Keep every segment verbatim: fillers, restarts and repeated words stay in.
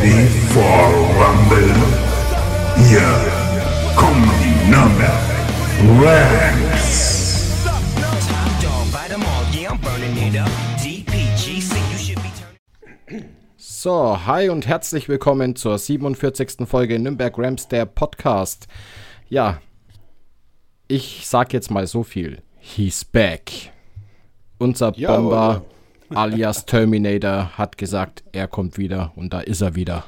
ready for Rumble? Hier kommen die Nürnberg Rams. So, hi und herzlich willkommen zur siebenundvierzigsten Folge Nürnberg Rams, der Podcast. Ja, ich sag jetzt mal so viel. He's back. Unser Ja, Bomber alias Terminator hat gesagt, er kommt wieder und da ist er wieder.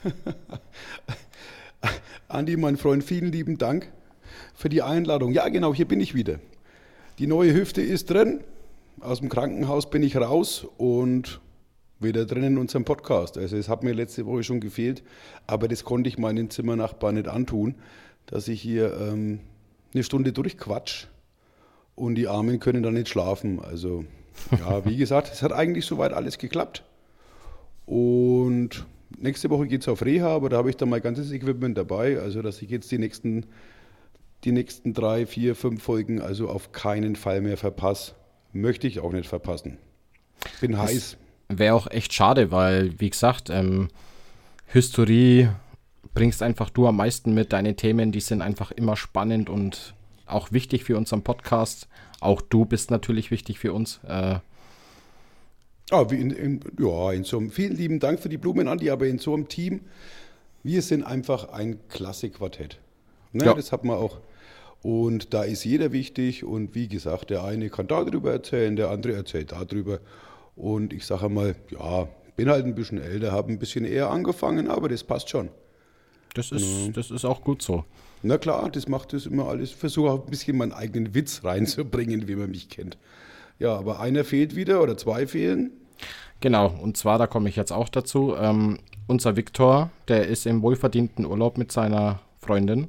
Andi, mein Freund, vielen lieben Dank für die Einladung. Ja, genau, hier bin ich wieder. Die neue Hüfte ist drin. Aus dem Krankenhaus bin ich raus und wieder drin in unserem Podcast. Also es hat mir letzte Woche schon gefehlt, aber das konnte ich meinen Zimmernachbarn nicht antun, dass ich hier ähm, eine Stunde durchquatsch und die Armen können dann nicht schlafen. Also ja, wie gesagt, es hat eigentlich soweit alles geklappt. Und nächste Woche geht es auf Reha, aber da habe ich dann mein ganzes Equipment dabei, also dass ich jetzt die nächsten, die nächsten drei, vier, fünf Folgen also auf keinen Fall mehr verpasse. Möchte ich auch nicht verpassen. Bin das heiß. Wäre auch echt schade, weil, wie gesagt, ähm, Hysterie bringst einfach du am meisten mit. Deine Themen, die sind einfach immer spannend und auch wichtig für unseren Podcast. Auch du bist natürlich wichtig für uns. Äh, Ah, wie in, in, ja, in so einem, vielen lieben Dank für die Blumen, Andi, aber in so einem Team, wir sind einfach ein klasse Quartett. Ne, Ja. Das hat man auch. Und da ist jeder wichtig und wie gesagt, der eine kann darüber erzählen, der andere erzählt darüber. Und ich sage mal, ja, bin halt ein bisschen älter, habe ein bisschen eher angefangen, aber das passt schon. das, ist, das ist auch gut so. Na klar, das macht das immer alles. Versuche auch ein bisschen meinen eigenen Witz reinzubringen, wie man mich kennt. Ja, aber einer fehlt wieder oder zwei fehlen. Genau, und zwar, da komme ich jetzt auch dazu, ähm, unser Viktor, der ist im wohlverdienten Urlaub mit seiner Freundin,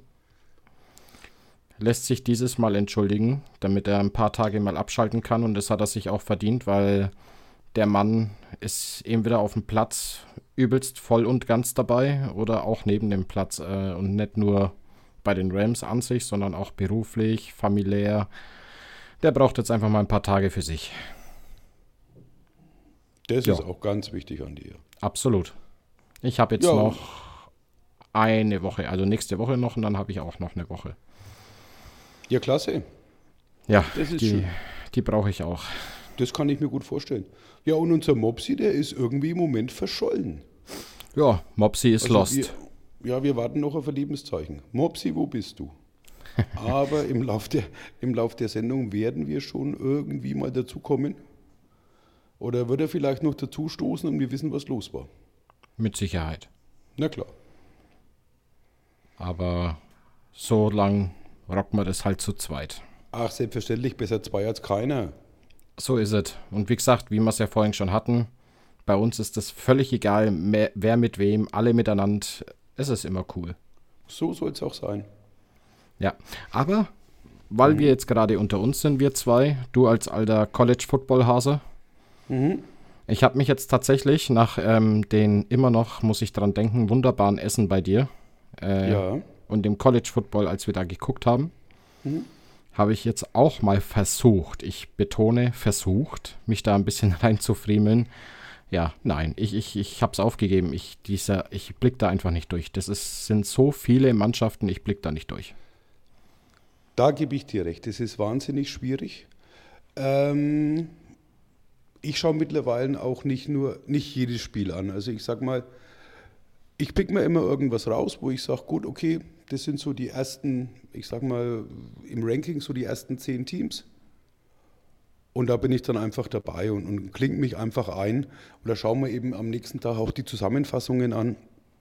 lässt sich dieses Mal entschuldigen, damit er ein paar Tage mal abschalten kann und das hat er sich auch verdient, weil der Mann ist eben wieder auf dem Platz übelst voll und ganz dabei oder auch neben dem Platz äh, und nicht nur bei den Rams an sich, sondern auch beruflich, familiär. Der braucht jetzt einfach mal ein paar Tage für sich. Das Ja. ist auch ganz wichtig an dir. Absolut. Ich habe jetzt Ja. noch eine Woche, also nächste Woche noch und dann habe ich auch noch eine Woche. Ja, klasse. Ja, Das ist die, schön. die brauche ich auch. Das kann ich mir gut vorstellen. Ja, und unser Mopsi, der ist irgendwie im Moment verschollen. Ja, Mopsi ist Also lost. Wir, ja, wir warten noch auf ein Lebenszeichen. Mopsi, wo bist du? Aber im Lauf der, im Lauf der Sendung werden wir schon irgendwie mal dazu kommen. Oder wird er vielleicht noch dazu stoßen und wir wissen, was los war. Mit Sicherheit. Na klar. Aber so lang rocken wir das halt zu zweit. Ach, selbstverständlich, besser zwei als keiner. So ist es. Und wie gesagt, wie wir es ja vorhin schon hatten, bei uns ist es völlig egal, mehr, wer mit wem, alle miteinander. Es ist immer cool. So soll es auch sein. Ja, aber weil wir jetzt gerade unter uns sind, wir zwei, du als alter College-Football-Hase, Mhm. ich habe mich jetzt tatsächlich nach ähm, den immer noch, muss ich dran denken, wunderbaren Essen bei dir äh, Ja. und dem College-Football, als wir da geguckt haben, Mhm. habe ich jetzt auch mal versucht, ich betone versucht, mich da ein bisschen reinzufriemeln. Ja, nein, ich, ich, ich habe es aufgegeben. Ich, dieser, ich blick da einfach nicht durch. Das ist, sind so viele Mannschaften, ich blick da nicht durch. Da gebe ich dir recht, das ist wahnsinnig schwierig. Ähm, ich schaue mittlerweile auch nicht nur, nicht jedes Spiel an. Also ich sag mal, ich pick mir immer irgendwas raus, wo ich sage, gut, okay, das sind so die ersten, ich sag mal, im Ranking so die ersten zehn Teams. Und da bin ich dann einfach dabei und, und klinge mich einfach ein. Und da schauen wir eben am nächsten Tag auch die Zusammenfassungen an.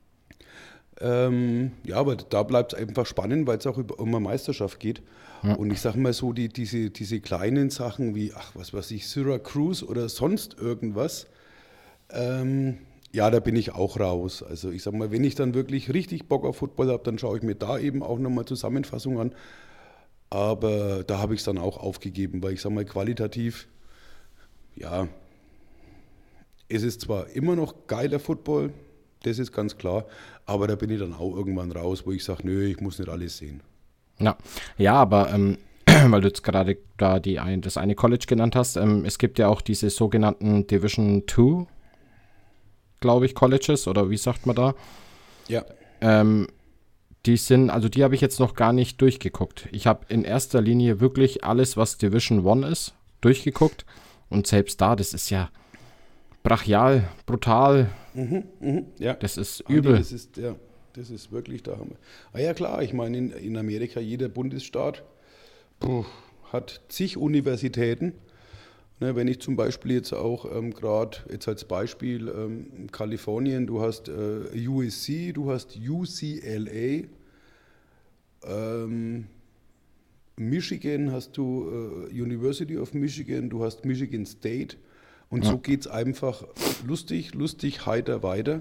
Ähm, ja, aber da bleibt es einfach spannend, weil es auch über, um eine Meisterschaft geht. Ja. Und ich sage mal so, die, diese, diese kleinen Sachen wie, ach, was weiß ich, Syracuse oder sonst irgendwas, ähm, ja, da bin ich auch raus. Also ich sage mal, wenn ich dann wirklich richtig Bock auf Football habe, dann schaue ich mir da eben auch nochmal Zusammenfassungen an. Aber da habe ich es dann auch aufgegeben, weil ich sage mal, qualitativ, ja, es ist zwar immer noch geiler Football, das ist ganz klar, aber da bin ich dann auch irgendwann raus, wo ich sage, nö, ich muss nicht alles sehen. Ja, ja, aber ähm, weil du jetzt gerade da die ein, das eine College genannt hast, ähm, es gibt ja auch diese sogenannten Division zwei glaube ich, Colleges oder wie sagt man da? Ja. Ähm, die sind, also die habe ich jetzt noch gar nicht durchgeguckt. Ich habe in erster Linie wirklich alles, was Division One ist, durchgeguckt. Und selbst da, das ist ja brachial, brutal. Mhm, mhm, ja. Das ist Andi, übel. Das ist, ja, das ist wirklich der Hammer. Ah ja klar, ich meine in, in Amerika, jeder Bundesstaat puh, hat zig Universitäten. Ne, wenn ich zum Beispiel jetzt auch ähm, gerade, jetzt als Beispiel ähm, Kalifornien, du hast äh, U S C, du hast U C L A, ähm, Michigan hast du äh, University of Michigan, du hast Michigan State und Ja. so geht es einfach lustig, lustig, heiter weiter,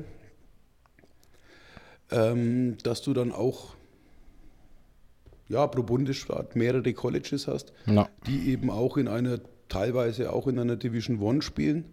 ähm, dass du dann auch ja, pro Bundesstaat mehrere Colleges hast, Ja. die eben auch in einer, teilweise auch in einer Division One spielen.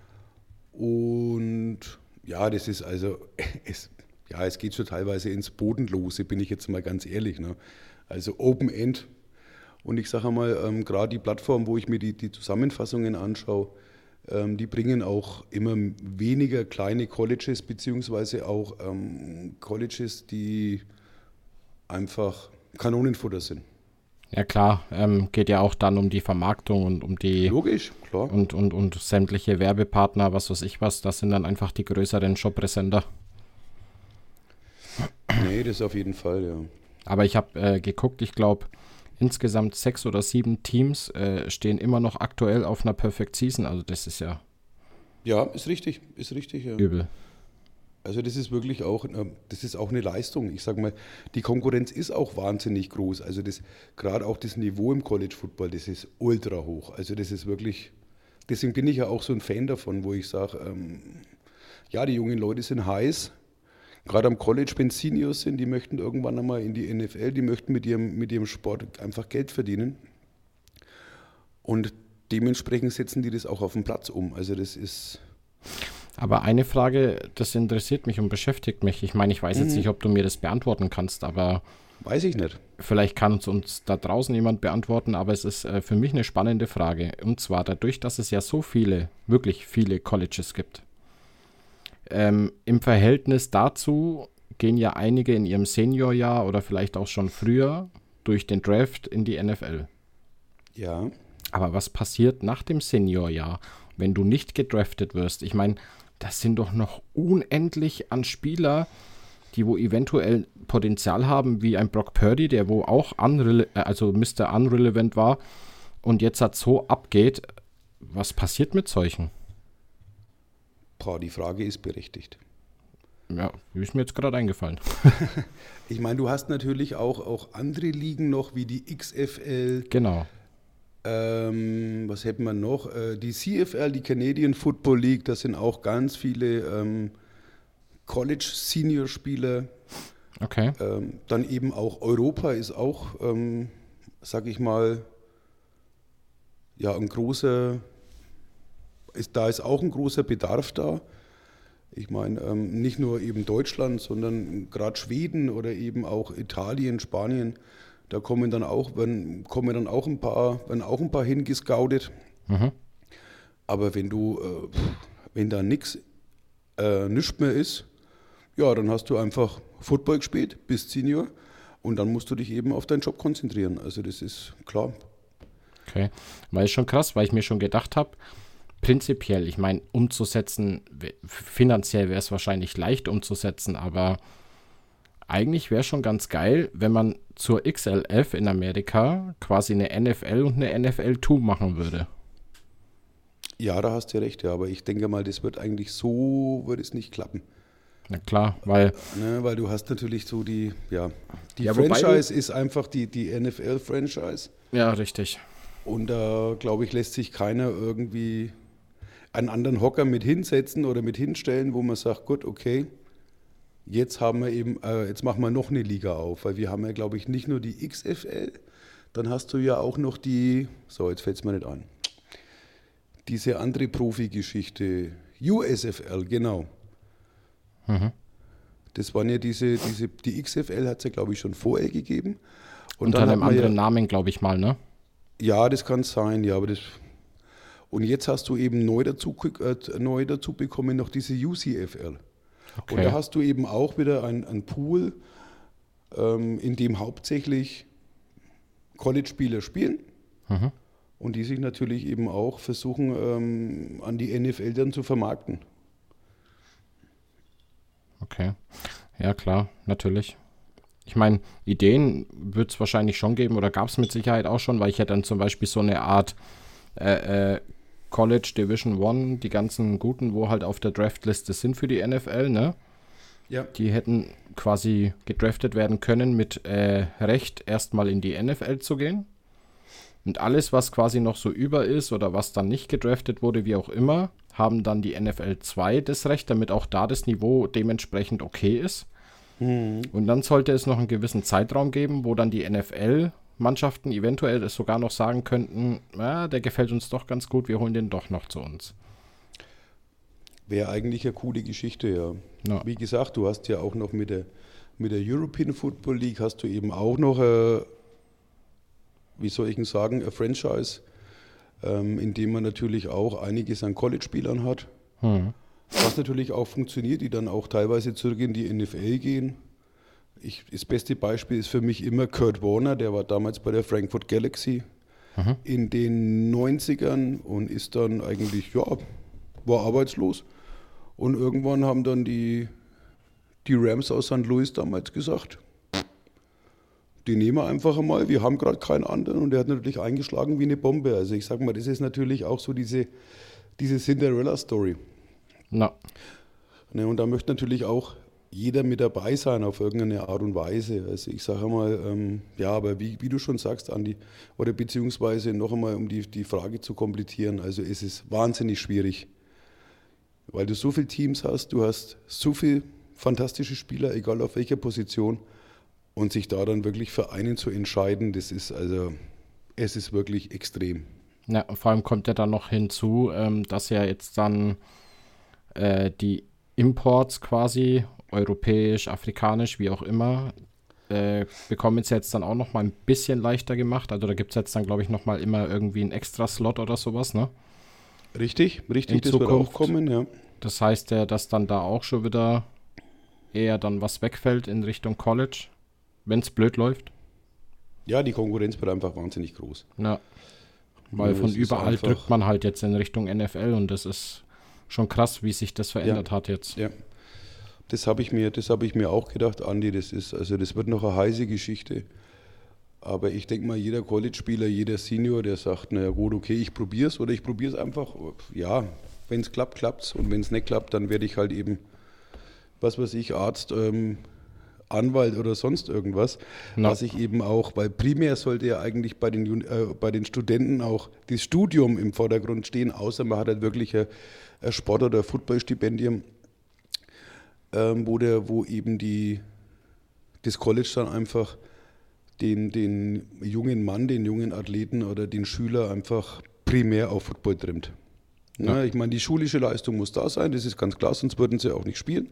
Und ja, das ist also, es, ja, es geht schon teilweise ins Bodenlose, bin ich jetzt mal ganz ehrlich. Ne? Also Open End. Und ich sage einmal, ähm, gerade die Plattform, wo ich mir die, die Zusammenfassungen anschaue, ähm, die bringen auch immer weniger kleine Colleges, beziehungsweise auch ähm, Colleges, die einfach Kanonenfutter sind. Ja klar, ähm, geht ja auch dann um die Vermarktung und um die Logisch, klar. und, und, und sämtliche Werbepartner, was weiß ich was, das sind dann einfach die größeren Shop-Resender. Nee, das auf jeden Fall, ja. Aber ich habe äh, geguckt, ich glaube, insgesamt sechs oder sieben Teams äh, stehen immer noch aktuell auf einer Perfect Season. Also das ist ja Ja, ist richtig, ist richtig, ja. übel. Also das ist wirklich auch, ähm, das ist auch eine Leistung. Ich sage mal, die Konkurrenz ist auch wahnsinnig groß. Also das, gerade auch das Niveau im College Football, das ist ultra hoch. Also das ist wirklich, deswegen bin ich ja auch so ein Fan davon, wo ich sage, ähm, ja, die jungen Leute sind heiß. Gerade am College, wenn Seniors sind, die möchten irgendwann einmal in die N F L, die möchten mit ihrem, mit ihrem Sport einfach Geld verdienen. Und dementsprechend setzen die das auch auf den Platz um. Also das ist... Aber eine Frage, das interessiert mich und beschäftigt mich. Ich meine, ich weiß jetzt Mhm. nicht, ob du mir das beantworten kannst, aber Weiß ich nicht. vielleicht kann es uns da draußen jemand beantworten, aber es ist äh, für mich eine spannende Frage. Und zwar dadurch, dass es ja so viele, wirklich viele Colleges gibt. Ähm, im Verhältnis dazu gehen ja einige in ihrem Seniorjahr oder vielleicht auch schon früher durch den Draft in die N F L. Ja. Aber was passiert nach dem Seniorjahr, wenn du nicht gedraftet wirst? Ich meine, das sind doch noch unendlich an Spieler, die wo eventuell Potenzial haben, wie ein Brock Purdy, der wo auch unrele- äh, also Mister Unrelevant war und jetzt halt so abgeht. Was passiert mit solchen? Boah, die Frage ist berechtigt. Ja, wie ist mir jetzt gerade eingefallen. Ich meine, du hast natürlich auch, auch andere Ligen noch, wie die X F L, Genau. ähm, was hätten wir noch? Äh, die C F L, die Canadian Football League, da sind auch ganz viele ähm, College-Senior-Spieler. Okay. Ähm, dann eben auch Europa ist auch, ähm, sag ich mal, ja, ein großer, ist, da ist auch ein großer Bedarf da. Ich meine, ähm, nicht nur eben Deutschland, sondern gerade Schweden oder eben auch Italien, Spanien, da kommen dann auch, wenn, kommen dann auch ein paar, werden auch ein paar hingescoutet. Mhm. Aber wenn du, äh, wenn da nichts äh, nichts mehr ist, ja, dann hast du einfach Football gespielt, bist Senior und dann musst du dich eben auf deinen Job konzentrieren. Also das ist klar. Okay. Weil ist schon krass, weil ich mir schon gedacht habe, prinzipiell, ich meine, umzusetzen, w- finanziell wäre es wahrscheinlich leicht umzusetzen, aber eigentlich wäre schon ganz geil, wenn man zur X L F in Amerika quasi eine N F L und eine N F L zwei machen würde. Ja, da hast du recht, ja, aber ich denke mal, das wird eigentlich so, wird es nicht klappen. Na klar, weil, Ne, weil du hast natürlich so die, ja, die Ja, wobei Franchise ist einfach die, die N F L-Franchise. ja, richtig. Und da, glaube ich, lässt sich keiner irgendwie einen anderen Hocker mit hinsetzen oder mit hinstellen, wo man sagt, gut, okay, jetzt haben wir eben, äh, jetzt machen wir noch eine Liga auf, weil wir haben ja, glaube ich, nicht nur die X F L, dann hast du ja auch noch die, so, jetzt fällt es mir nicht ein, diese andere Profi-Geschichte, U S F L, genau. Mhm. Das waren ja diese, diese die X F L hat es ja, glaube ich, schon vorher gegeben. Und Unter dann einem hat man anderen ja, Namen, glaube ich mal, ne? Ja, das kann sein, ja, aber das. Und jetzt hast du eben neu dazu, äh, neu dazu bekommen noch diese U C F L. Okay. Und da hast du eben auch wieder einen Pool, ähm, in dem hauptsächlich College-Spieler spielen. Mhm. Und die sich natürlich eben auch versuchen, ähm, an die N F L dann zu vermarkten. Okay. Ja, klar, natürlich. Ich meine, Ideen wird es wahrscheinlich schon geben oder gab es mit Sicherheit auch schon, weil ich ja dann zum Beispiel so eine Art äh, äh, College Division One, die ganzen Guten, wo halt auf der Draftliste sind für die N F L, ne? Ja. Die hätten quasi gedraftet werden können mit äh, Recht, erstmal in die N F L zu gehen. Und alles, was quasi noch so über ist oder was dann nicht gedraftet wurde, wie auch immer, haben dann die N F L zwei das Recht, damit auch da das Niveau dementsprechend okay ist. Mhm. Und dann sollte es noch einen gewissen Zeitraum geben, wo dann die N F L-Mannschaften eventuell es sogar noch sagen könnten, ja, der gefällt uns doch ganz gut, wir holen den doch noch zu uns. Wäre eigentlich eine coole Geschichte, ja. Ja. Wie gesagt, du hast ja auch noch mit der, mit der European Football League hast du eben auch noch, äh, wie soll ich denn sagen, ein Franchise, ähm, in dem man natürlich auch einiges an College-Spielern hat. Hm. Was natürlich auch funktioniert, die dann auch teilweise zurück in die N F L gehen. Ich, das beste Beispiel ist für mich immer Kurt Warner, der war damals bei der Frankfurt Galaxy Mhm. in den neunzigern und ist dann eigentlich, ja, war arbeitslos. Und irgendwann haben dann die, die Rams aus Sankt Louis damals gesagt, die nehmen wir einfach einmal, wir haben gerade keinen anderen. Und der hat natürlich eingeschlagen wie eine Bombe. Also ich sag mal, das ist natürlich auch so diese, diese Cinderella-Story. Na, Ne, und da möchte natürlich auch jeder mit dabei sein auf irgendeine Art und Weise. Also ich sage einmal, ähm, ja, aber wie, wie du schon sagst, Andi, oder beziehungsweise noch einmal, um die, die Frage zu komplettieren, also es ist wahnsinnig schwierig, weil du so viele Teams hast, du hast so viele fantastische Spieler, egal auf welcher Position, und sich da dann wirklich für einen zu entscheiden, das ist also, es ist wirklich extrem. ja, vor allem kommt ja dann noch hinzu, ähm, dass ja jetzt dann äh, die Imports quasi, europäisch, afrikanisch, wie auch immer, äh, bekommen es jetzt dann auch noch mal ein bisschen leichter gemacht. Also da gibt es jetzt dann, glaube ich, noch mal immer irgendwie einen Extra-Slot oder sowas, ne? Richtig, richtig, In das wird Zukunft. auch kommen, ja. Das heißt ja, dass dann da auch schon wieder eher dann was wegfällt in Richtung College, wenn es blöd läuft. Ja, die Konkurrenz wird einfach wahnsinnig groß. Ja. Weil Ja, von es ist überall einfach- drückt man halt jetzt in Richtung N F L und das ist schon krass, wie sich das verändert hat jetzt. Ja, das habe ich mir, das habe ich mir auch gedacht, Andi, das ist, also das wird noch eine heiße Geschichte. Aber ich denke mal, jeder College-Spieler, jeder Senior, der sagt, na ja gut, okay, ich probiere es oder ich probiere es einfach. Ja, wenn es klappt, klappt es. Und wenn es nicht klappt, dann werde ich halt eben, was weiß ich, Arzt, ähm, Anwalt oder sonst irgendwas. Na. Was ich eben auch, weil primär sollte ja eigentlich bei den, Jun- äh, bei den Studenten auch das Studium im Vordergrund stehen, außer man hat halt wirklich ein, ein Sport- oder Footballstipendium, ähm, wo, der, wo eben die, das College dann einfach den, den jungen Mann, den jungen Athleten oder den Schüler einfach primär auf Football trimmt. Ja. Ja, ich meine, die schulische Leistung muss da sein, das ist ganz klar, sonst würden sie auch nicht spielen.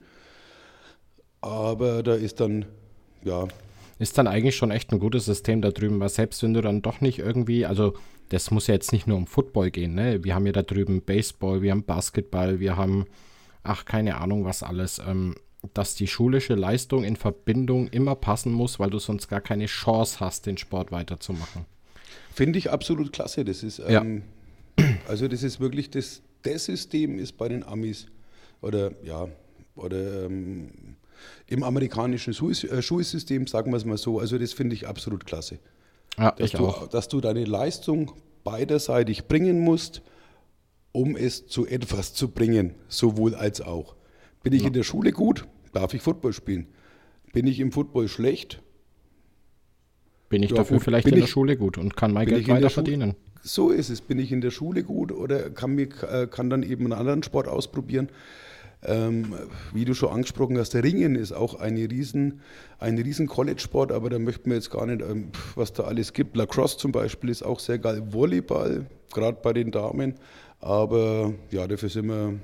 Aber da ist dann, ja, Ist dann eigentlich schon echt ein gutes System da drüben, weil selbst wenn du dann doch nicht irgendwie, also das muss ja jetzt nicht nur um Football gehen, ne? Wir haben ja da drüben Baseball, wir haben Basketball, wir haben, ach, keine Ahnung was alles, ähm, dass die schulische Leistung in Verbindung immer passen muss, weil du sonst gar keine Chance hast, den Sport weiterzumachen. finde ich absolut klasse. Das ist, Ja. ähm, also das ist wirklich, das, das System ist bei den Amis oder ja, oder ähm, im amerikanischen Schul äh, Schulsystem, sagen wir es mal so, also das finde ich absolut klasse. Ja, Dass ich du, auch. dass du deine Leistung beiderseitig bringen musst, um es zu etwas zu bringen, sowohl als auch. Bin ich Ja. in der Schule gut, darf ich Football spielen. Bin ich im Football schlecht, Bin ich Ja, dafür gut, vielleicht bin in der ich- Schule gut und kann mein bin Geld ich in der weiter Schule- verdienen. so ist es. Bin ich in der Schule gut oder kann, mir, äh, kann dann eben einen anderen Sport ausprobieren. Ähm, wie du schon angesprochen hast, der Ringen ist auch eine riesen, ein riesen College-Sport, aber da möchten wir jetzt gar nicht, ähm, was da alles gibt. Lacrosse zum Beispiel ist auch sehr geil. Volleyball, gerade bei den Damen. Aber ja, dafür sind wir,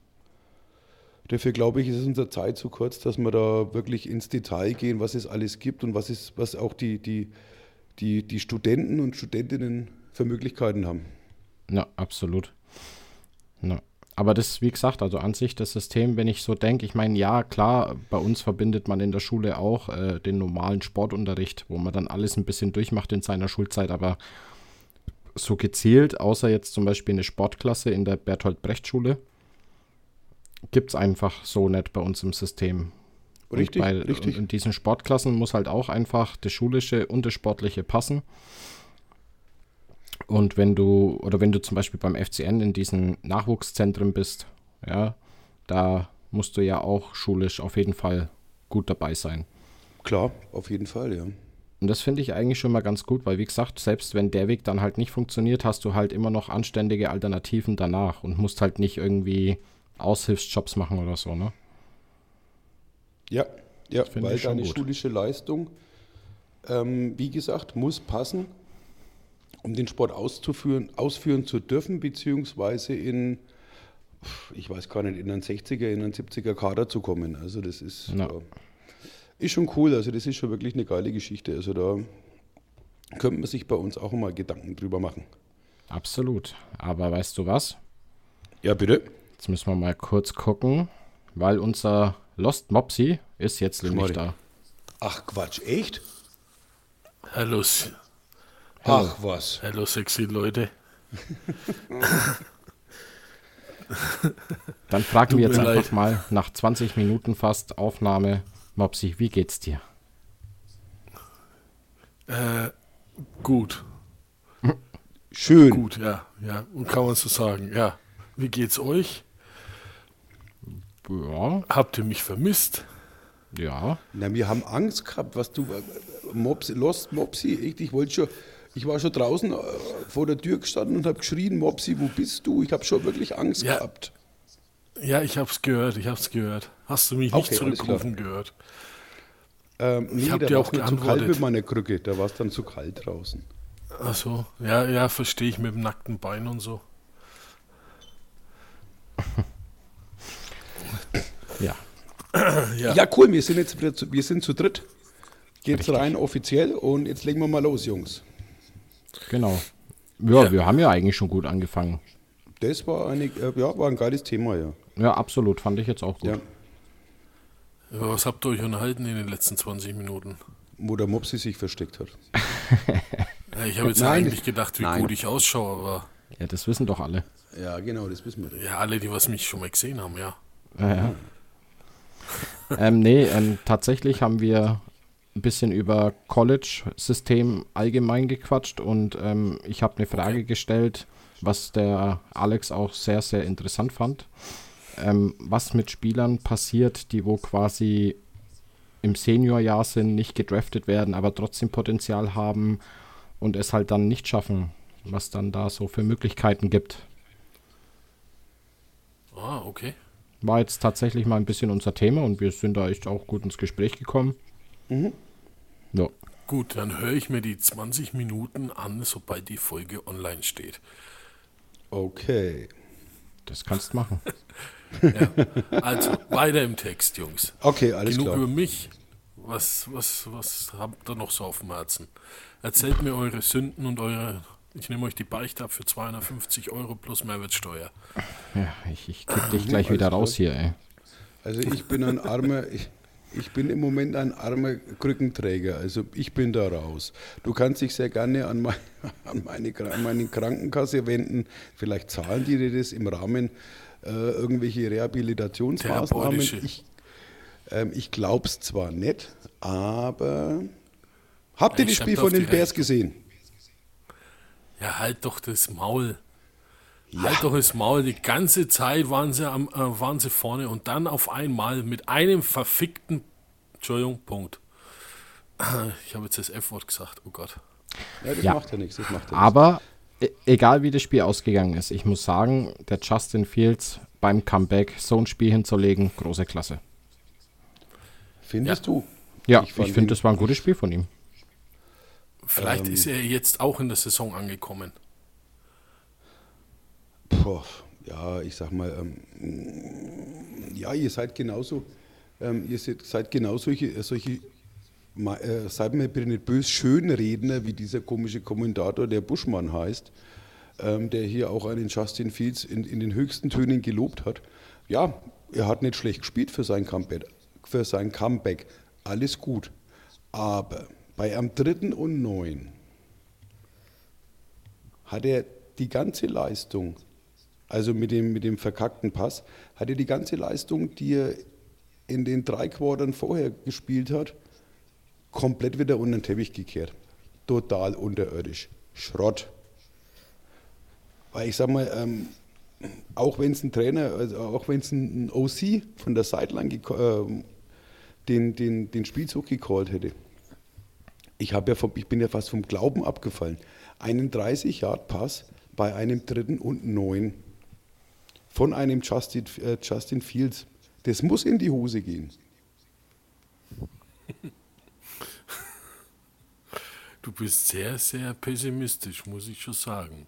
dafür glaube ich, ist es unsere Zeit zu kurz, dass wir da wirklich ins Detail gehen, was es alles gibt und was, ist, was auch die, die, die, die Studenten und Studentinnen für Möglichkeiten haben. Ja, absolut. Ne. Aber das, wie gesagt, also an sich das System, wenn ich so denke, ich meine, ja, klar, bei uns verbindet man in der Schule auch äh, den normalen Sportunterricht, wo man dann alles ein bisschen durchmacht in seiner Schulzeit, aber so gezielt, außer jetzt zum Beispiel eine Sportklasse in der Bertolt-Brecht-Schule, gibt es einfach so nicht bei uns im System. Richtig, und bei, richtig. Und in diesen Sportklassen muss halt auch einfach das Schulische und das Sportliche passen. Und wenn du, oder wenn du zum Beispiel beim F C N in diesen Nachwuchszentren bist, ja, da musst du ja auch schulisch auf jeden Fall gut dabei sein. Klar, auf jeden Fall, ja. Und das finde ich eigentlich schon mal ganz gut, weil wie gesagt, selbst wenn der Weg dann halt nicht funktioniert, hast du halt immer noch anständige Alternativen danach und musst halt nicht irgendwie Aushilfsjobs machen oder so, ne? Ja, ja, Das finde weil ich schon deine gut. schulische Leistung, ähm, wie gesagt, muss passen, um den Sport auszuführen, ausführen zu dürfen, beziehungsweise in, ich weiß gar nicht, in einen sechziger, in einen siebziger Kader zu kommen. Also das ist, Ja. ja, ist schon cool, also das ist schon wirklich eine geile Geschichte. Also da könnte man sich bei uns auch mal Gedanken drüber machen. Absolut. Aber weißt du was? Ja, bitte? Jetzt müssen wir mal kurz gucken, weil unser Lost Mopsy ist jetzt nämlich da. Ach Quatsch, echt? Hallo, s- Ach was. hallo sexy Leute. Dann fragen Tut wir jetzt mir einfach leid. mal nach zwanzig Minuten fast Aufnahme, Mopsy, wie geht's dir? Äh, gut, Schön. gut, ja, ja. Und kann man so sagen, ja. Wie geht's euch? Ja, Habt ihr mich vermisst? ja. Na, wir haben Angst gehabt, was du, äh, Mopsi, Lost Mopsi, echt, ich wollte schon, ich war schon draußen äh, vor der Tür gestanden und habe geschrien, Mopsi, wo bist du? Ich habe schon wirklich Angst Ja. gehabt. Ja, ich hab's gehört, ich hab's gehört. Hast du mich nicht Okay, alles zurückrufen gehört? Ähm, nee, Ich hab da dir war auch es mir zu kalt geantwortet. mit meiner Krücke, da war es dann zu kalt draußen. Ach so, ja, ja, verstehe ich mit dem nackten Bein und so. Ja, Ja, Ja, cool, wir sind jetzt wieder zu, wir sind zu dritt. Geht's Richtig. rein offiziell und jetzt legen wir mal los, Jungs. genau. Ja, Ja. wir haben ja eigentlich schon gut angefangen. Das war, eine, äh, ja, war ein geiles Thema, ja. Ja, absolut, fand ich jetzt auch gut. ja. über was habt ihr euch unterhalten in den letzten zwanzig Minuten? Wo der Mopsi sich versteckt hat. Ja, ich habe jetzt Nein, eigentlich gedacht, wie nein. gut ich ausschaue, aber Ja, das wissen doch alle. Ja, genau, das wissen wir. ja, alle, die was mich schon mal gesehen haben, ja. Ja, ja. ähm, nee, ähm, tatsächlich haben wir ein bisschen über College-System allgemein gequatscht und ähm, ich habe eine Frage Okay. gestellt, was der Alex auch sehr, sehr interessant fand. Ähm, was mit Spielern passiert, die wo quasi im Seniorjahr sind, nicht gedraftet werden, aber trotzdem Potenzial haben und es halt dann nicht schaffen, was dann da so für Möglichkeiten gibt. Ah, okay. War jetzt tatsächlich mal ein bisschen unser Thema und wir sind da echt auch gut ins Gespräch gekommen. Mhm. Ja, Gut, dann höre ich mir die zwanzig Minuten an, sobald die Folge online steht. Okay. das kannst du machen. Also, weiter im Text, Jungs. Okay, alles Genug klar. über mich. Was, was, was habt ihr noch so auf dem Herzen? Erzählt mir eure Sünden und eure... Ich nehme euch die Beichte ab für zweihundertfünfzig Euro plus Mehrwertsteuer. Ja, ich, ich kick dich gleich wieder raus hier, ey. Also ich bin ein armer, ich, ich bin im Moment ein armer Krückenträger, also ich bin da raus. Du kannst dich sehr gerne an, mein, an, meine, an meine Krankenkasse wenden, vielleicht zahlen die dir das im Rahmen äh, irgendwelche Rehabilitationsmaßnahmen. Therapeutische. Ich, ähm, ich glaube es zwar nicht, aber habt ihr Ich das Spiel schreib von auf den die Bears Rechnung. gesehen? Ja, halt doch das Maul. Halt doch das Maul. Die ganze Zeit waren sie, am, äh, waren sie vorne und dann auf einmal mit einem verfickten... Entschuldigung, Punkt. Ich habe jetzt das F-Wort gesagt, oh Gott. Ja, das Ja. macht ja nichts, das macht ja nichts. Aber e- egal wie das Spiel ausgegangen ist, ich muss sagen, der Justin Fields beim Comeback so ein Spiel hinzulegen, große Klasse. Findest du? Ja, Ich ich, fand finde, ihn- das war ein gutes Spiel von ihm. Vielleicht Ähm. ist er jetzt auch in der Saison angekommen. Boah, ja, ich sag mal, ähm, ja, ihr seid genauso, ähm, ihr seid, seid genau solche, solche ma- äh, seid mir bitte nicht böse, Schönredner, wie dieser komische Kommentator, der Buschmann heißt. ähm, der hier auch einen Justin Fields in, in den höchsten Tönen gelobt hat. Ja, er hat nicht schlecht gespielt für sein Comeback. Für sein Comeback. Alles gut. Aber bei am dritten und neun hat er die ganze Leistung, also mit dem, mit dem verkackten Pass, hat er die ganze Leistung, die er in den drei Quartern vorher gespielt hat, komplett wieder unter den Teppich gekehrt. Total unterirdisch. Schrott. Weil ich sag mal, ähm, auch wenn es ein Trainer, also auch wenn es ein, ein O C von der Sideline äh, den, den, den Spielzug gecallt hätte, ich, hab ja vom, ich bin ja fast vom Glauben abgefallen. Einen dreißig-Yard-Pass bei einem dritten und neun von einem Justin, äh, Justin Fields. Das muss in die Hose gehen. Du bist sehr, sehr pessimistisch, muss ich schon sagen.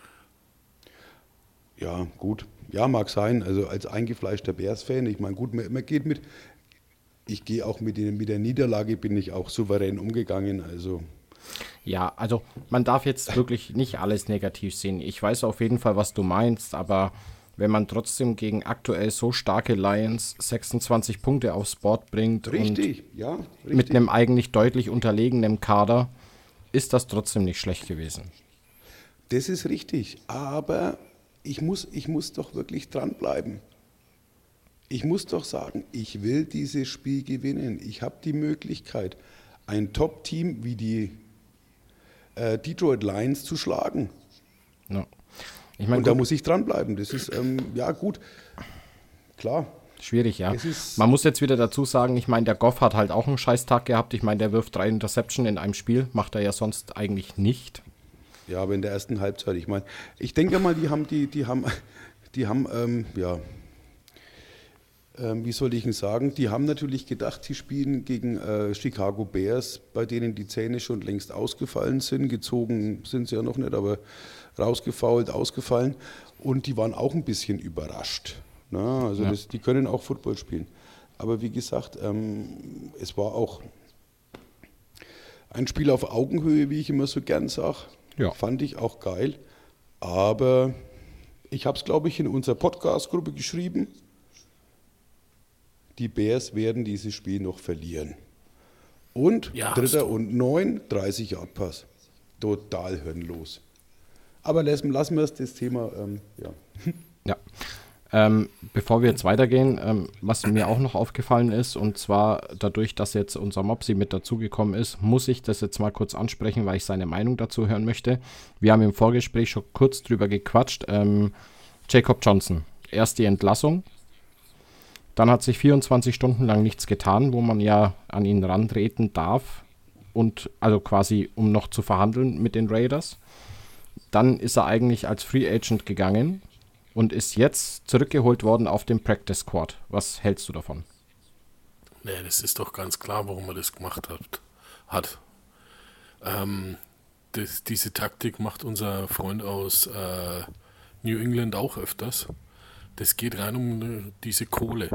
Ja, gut. Ja, mag sein. Also als eingefleischter Bears-Fan, ich meine, gut, man, man geht mit, ich gehe auch mit, den, mit der Niederlage, bin ich auch souverän umgegangen. Also Ja, also man darf jetzt wirklich nicht alles negativ sehen. Ich weiß auf jeden Fall, was du meinst, aber wenn man trotzdem gegen aktuell so starke Lions sechsundzwanzig Punkte aufs Board bringt richtig, und ja, richtig. mit einem eigentlich deutlich unterlegenen Kader, ist das trotzdem nicht schlecht gewesen. Das ist richtig, aber ich muss, ich muss doch wirklich dranbleiben. Ich muss doch sagen, ich will dieses Spiel gewinnen. Ich habe die Möglichkeit, ein Top-Team wie die äh, Detroit Lions zu schlagen. Ja. Ich mein, Und gut, da muss ich dranbleiben. Das ist, ähm, ja gut, klar. schwierig, ja. Es ist- Man muss jetzt wieder dazu sagen, ich meine, der Goff hat halt auch einen Scheißtag gehabt. Ich meine, der wirft drei Interception in einem Spiel. Macht er ja sonst eigentlich nicht. Ja, aber in der ersten Halbzeit, ich meine, ich denke mal, die haben, die, die haben, die haben, ähm, ja, ähm, wie soll ich denn sagen, die haben natürlich gedacht, sie spielen gegen äh, Chicago Bears, bei denen die Zähne schon längst ausgefallen sind, gezogen sind sie ja noch nicht, aber rausgefault, ausgefallen und die waren auch ein bisschen überrascht. Na, also Ja. das, die können auch Football spielen. Aber wie gesagt, ähm, es war auch ein Spiel auf Augenhöhe, wie ich immer so gern sage. Ja. Fand ich auch geil. Aber ich habe es, glaube ich, in unserer Podcast-Gruppe geschrieben. Die Bears werden dieses Spiel noch verlieren. Und Ja, hast Dritter du. und Neun, dreißig-Yard-Pass. Total hirnlos. Aber lassen, lassen wir es, das Thema, ähm, ja. Ja. Ähm, bevor wir jetzt weitergehen, ähm, was mir auch noch aufgefallen ist, und zwar dadurch, dass jetzt unser Mopsi mit dazugekommen ist, muss ich das jetzt mal kurz ansprechen, weil ich seine Meinung dazu hören möchte. Wir haben im Vorgespräch schon kurz drüber gequatscht. Ähm, Jacob Johnson, erst die Entlassung. Dann hat sich vierundzwanzig Stunden lang nichts getan, wo man ja an ihn rantreten darf. Und also quasi, um noch zu verhandeln mit den Raiders. Dann ist er eigentlich als Free Agent gegangen und ist jetzt zurückgeholt worden auf dem Practice Squad. Was hältst du davon? Nee, das ist doch ganz klar, warum er das gemacht hat. hat. Ähm, das, diese Taktik macht unser Freund aus äh, New England auch öfters. Das geht rein um äh, diese Kohle.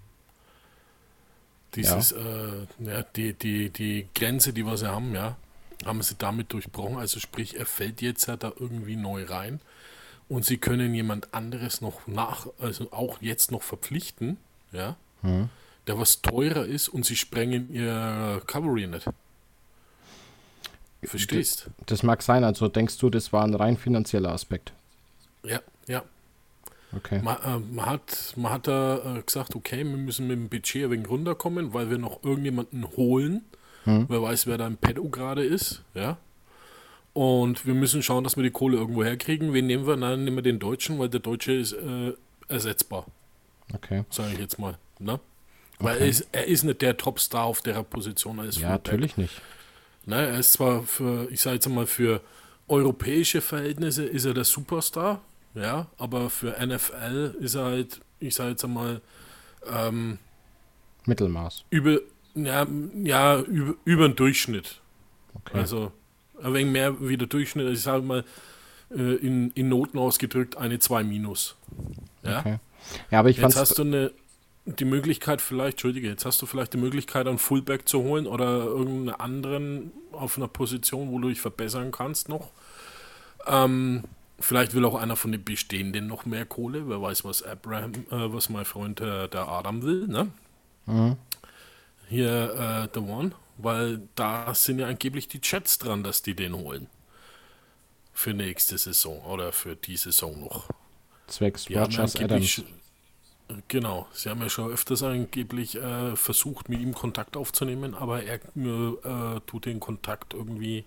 Dieses, ja. Äh, ja, die, die, die Grenze, die wir sie haben, ja, haben sie damit durchbrochen. Also sprich, er fällt jetzt ja da irgendwie neu rein. Und sie können jemand anderes noch nach, also auch jetzt noch verpflichten, ja, Hm. der was teurer ist und sie sprengen ihr Cavalry nicht. Verstehst? Das mag sein, also denkst du, das war ein rein finanzieller Aspekt? Ja, ja. Okay. Man, äh, man hat, man hat da äh, gesagt, okay, wir müssen mit dem Budget ein wenig runterkommen, weil wir noch irgendjemanden holen. Hm. Wer weiß, wer da im Pedo gerade ist, ja. Und wir müssen schauen, dass wir die Kohle irgendwo herkriegen. Wen nehmen wir? Nein, nehmen wir den Deutschen, weil der Deutsche ist äh, ersetzbar, Okay. sage ich jetzt mal. Ne? Weil Okay. er ist, er ist nicht der Topstar auf der Position als Ja, Fullback. natürlich nicht. Ne, er ist zwar für, ich sage jetzt mal, für europäische Verhältnisse ist er der Superstar, ja, aber für N F L ist er halt, ich sage jetzt einmal, ähm, Mittelmaß. über, ja, ja, über, über den Durchschnitt. Okay. Also ein wenig mehr wie der Durchschnitt, ich sage mal, äh, in, in Noten ausgedrückt, eine zwei minus. Ja? Okay. Ja, aber ich Jetzt fand's. hast du eine, die Möglichkeit vielleicht, Entschuldige, jetzt hast du vielleicht die Möglichkeit, einen Fullback zu holen oder irgendeinen anderen auf einer Position, wo du dich verbessern kannst noch. Ähm, Vielleicht will auch einer von den Bestehenden noch mehr Kohle. Wer weiß, was Abraham, äh, was mein Freund äh, der Adam will, ne? Mhm. Hier, äh, The One. Weil da sind ja angeblich die Chats dran, dass die den holen. Für nächste Saison oder für die Saison noch. Zwecks Die haben ja Rogers angeblich, Adams. genau, sie haben ja schon öfters angeblich äh, versucht, mit ihm Kontakt aufzunehmen, aber er äh, tut den Kontakt irgendwie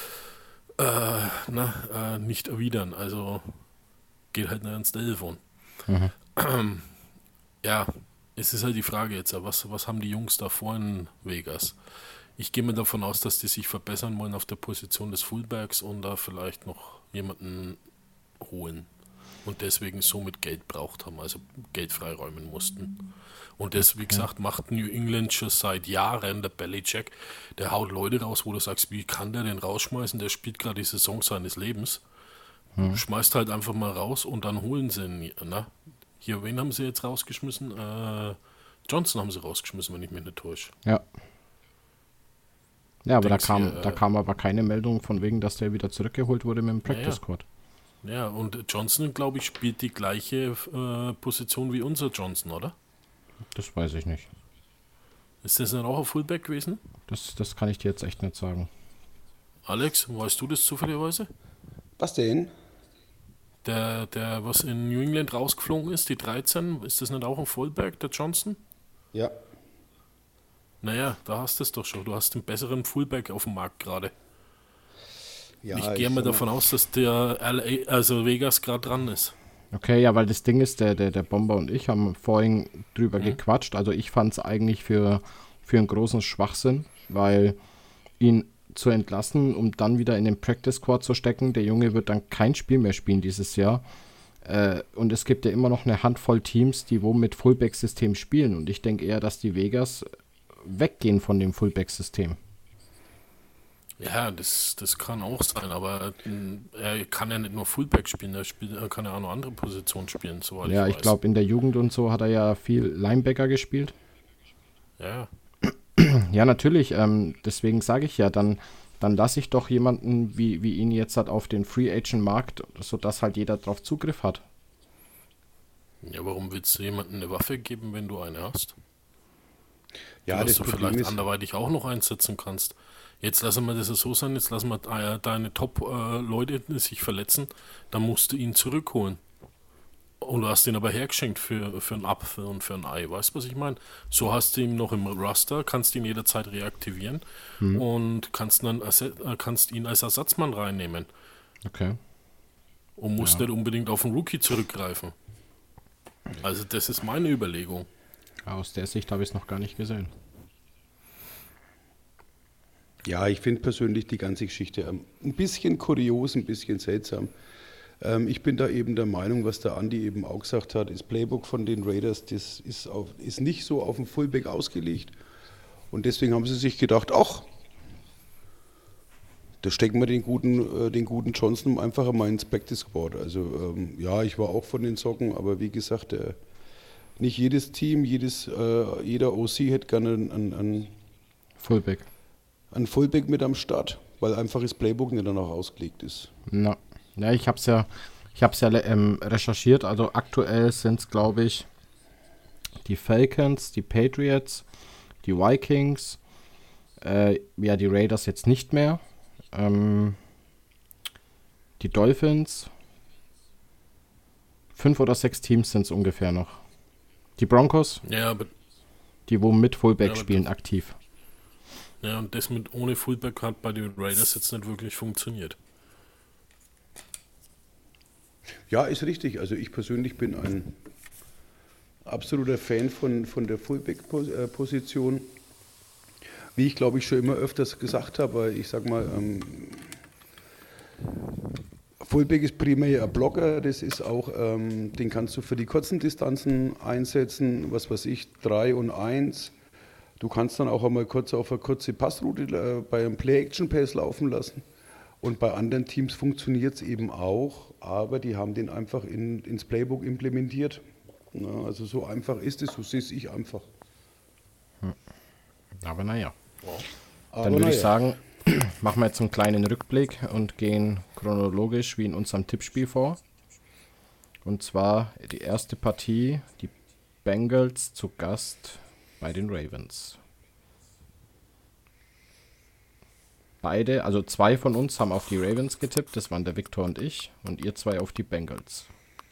äh, na, äh, nicht erwidern. Also geht halt nicht ans Telefon. Mhm. Ja, es ist halt die Frage jetzt, was, was haben die Jungs da vor in Vegas? Ich gehe mir davon aus, dass die sich verbessern wollen auf der Position des Fullbacks und da vielleicht noch jemanden holen und deswegen somit Geld braucht haben, also Geld freiräumen mussten. Und das, wie gesagt, macht New England schon seit Jahren, der Belichick, der haut Leute raus, wo du sagst, wie kann der den rausschmeißen, der spielt gerade die Saison seines Lebens. Hm. Schmeißt halt einfach mal raus und dann holen sie ihn. Na? Hier, wen haben sie jetzt rausgeschmissen? Äh, Johnson haben sie rausgeschmissen, wenn ich mich nicht täusche. Ja. Ja, aber da Denkst kam, hier, da äh, kam aber keine Meldung von wegen, dass der wieder zurückgeholt wurde mit dem Practice ja. Squad. Ja, und Johnson, glaube ich, spielt die gleiche äh, Position wie unser Johnson, oder? Das weiß ich nicht. Ist das dann auch ein Fullback gewesen? Das, das kann ich dir jetzt echt nicht sagen. Alex, weißt du das zufälligerweise? Was denn? Der, der, was in New England rausgeflogen ist, die dreizehn, ist das nicht auch ein Fullback, der Johnson? Ja. Naja, da hast du es doch schon. Du hast den besseren Fullback auf dem Markt gerade. ja ich gehe mal sag davon aus, dass der L A, also Vegas gerade dran ist. Okay, ja, weil das Ding ist, der, der, der Bomber und ich haben vorhin drüber Mhm. gequatscht. Also ich fand es eigentlich für, für einen großen Schwachsinn, weil ihn zu entlassen, um dann wieder in den Practice Squad zu stecken, der Junge wird dann kein Spiel mehr spielen dieses Jahr. Äh, und es gibt ja immer noch eine Handvoll Teams, die wo mit Fullback-System spielen. Und ich denke eher, dass die Vegas weggehen von dem Fullback-System. Ja, das, das kann auch sein, aber äh, er kann ja nicht nur Fullback spielen, er, spielt, er kann ja auch noch andere Positionen spielen, soweit Ja, ich ich weiß. glaube, in der Jugend und so hat er ja viel Linebacker gespielt. Ja, Ja, natürlich. Ähm, deswegen sage ich ja, dann, dann lasse ich doch jemanden wie, wie ihn jetzt halt auf den Free Agent Markt, sodass halt jeder drauf Zugriff hat. ja, warum willst du jemandem eine Waffe geben, wenn du eine hast? Ja, was das du Problem vielleicht ist, anderweitig auch noch einsetzen kannst. Jetzt lassen wir das so sein, jetzt lassen wir äh, deine Top-Leute sich verletzen, dann musst du ihn zurückholen. Und du hast ihn aber hergeschenkt für, für einen Apfel und für ein Ei, weißt du, was ich meine? So hast du ihn noch im Raster, kannst ihn jederzeit reaktivieren und kannst, dann, erse- äh, kannst ihn als Ersatzmann reinnehmen Okay. und musst Ja. nicht unbedingt auf einen Rookie zurückgreifen. Also das ist meine Überlegung. Aus der Sicht habe ich es noch gar nicht gesehen. ja, ich finde persönlich die ganze Geschichte ähm, ein bisschen kurios, ein bisschen seltsam. Ähm, ich bin da eben der Meinung, was der Andi eben auch gesagt hat, das Playbook von den Raiders, das ist, auf, ist nicht so auf den Fullback ausgelegt. Und deswegen haben sie sich gedacht, ach, da stecken wir den guten, äh, den guten Johnson einfach einmal ins Practice Squad. Also ähm, ja, ich war auch von den Socken, aber wie gesagt, äh, nicht jedes Team, jedes, äh, jeder O C hätte gerne einen, einen, Fullback. einen Fullback mit am Start, weil einfach das Playbook nicht danach ausgelegt ist. Na, ja, ich habe es ja, ich habe es ja ähm, recherchiert. Also aktuell sind es, glaube ich, die Falcons, die Patriots, die Vikings, äh, ja, die Raiders jetzt nicht mehr, ähm, die Dolphins. Fünf oder sechs Teams sind es ungefähr noch. Die Broncos, Ja, aber die wo mit Fullback Ja, aber spielen, aktiv. ja, und das mit ohne Fullback hat bei den Raiders jetzt nicht wirklich funktioniert. Ja, ist richtig. Also ich persönlich bin ein absoluter Fan von, von der Fullback-Position. Wie ich glaube ich schon immer öfters gesagt habe, weil ich sag mal, ähm, Fullback ist primär ein Blocker, das ist auch, ähm, den kannst du für die kurzen Distanzen einsetzen, was weiß ich, drei und eins. Du kannst dann auch einmal kurz auf eine kurze Passroute äh, bei einem Play-Action-Pass laufen lassen. Und bei anderen Teams funktioniert es eben auch, aber die haben den einfach in, ins Playbook implementiert. Ja, also so einfach ist es, so sehe ich einfach. Aber naja. Aber Dann würde ich naja. sagen, machen wir jetzt einen kleinen Rückblick und gehen chronologisch wie in unserem Tippspiel vor. Und zwar die erste Partie, die Bengals zu Gast bei den Ravens. Beide, also zwei von uns haben auf die Ravens getippt, das waren der Victor und ich, und ihr zwei auf die Bengals.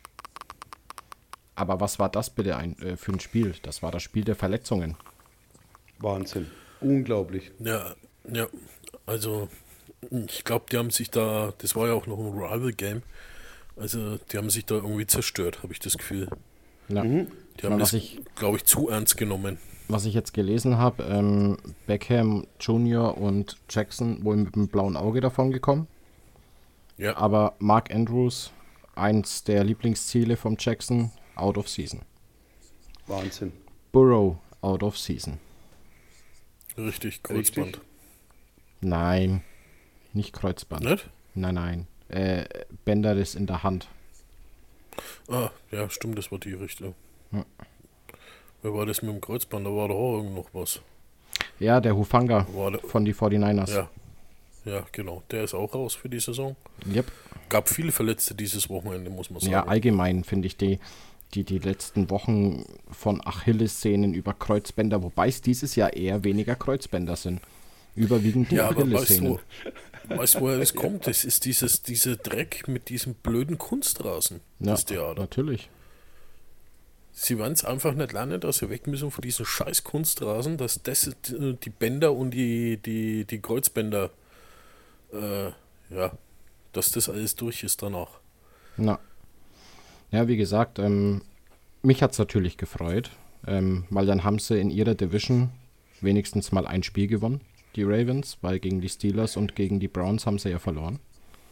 Aber was war das bitte ein, äh, für ein Spiel? Das war das Spiel der Verletzungen. Wahnsinn. Unglaublich. Ja, ja, also ich glaube, die haben sich da, das war ja auch noch ein Rival-Game, also die haben sich da irgendwie zerstört, habe ich das Gefühl. Ja. Mhm. Die haben Was das, ich- glaube ich, zu ernst genommen. Was ich jetzt gelesen habe, ähm, Beckham Junior und Jackson wohl mit dem blauen Auge davon gekommen. Ja, Aber Mark Andrews, eins der Lieblingsziele vom Jackson, out of season. Wahnsinn. Burrow, out of season. richtig, Kreuzband. Richtig. Nein, nicht Kreuzband. Nicht? Nein, nein. Äh, Bänder ist in der Hand. Ah, ja, stimmt, das war die Richtung. Ja. Wer war das mit dem Kreuzband? Da war doch auch irgend noch was. Ja, der Hufanga War der, von die forty-niners. ja, ja, genau. Der ist auch raus für die Saison. Yep. Gab viele Verletzte dieses Wochenende, muss man sagen. Ja, allgemein finde ich die, die, die letzten Wochen von Achillessehnen über Kreuzbänder, wobei es dieses Jahr eher weniger Kreuzbänder sind. Überwiegend die Ja, aber weißt Achillessehnen. du, weißt du, woher das kommt? Das ist dieses, dieser Dreck mit diesem blöden Kunstrasen, Ja, das Theater. natürlich. Sie werden es einfach nicht lernen, dass sie weg müssen von diesen scheiß Kunstrasen, dass das die Bänder und die, die, die Kreuzbänder, äh, ja, dass das alles durch ist danach. Na. Ja, wie gesagt, ähm, mich hat es natürlich gefreut, ähm, weil dann haben sie in ihrer Division wenigstens mal ein Spiel gewonnen, die Ravens, weil gegen die Steelers und gegen die Browns haben sie ja verloren.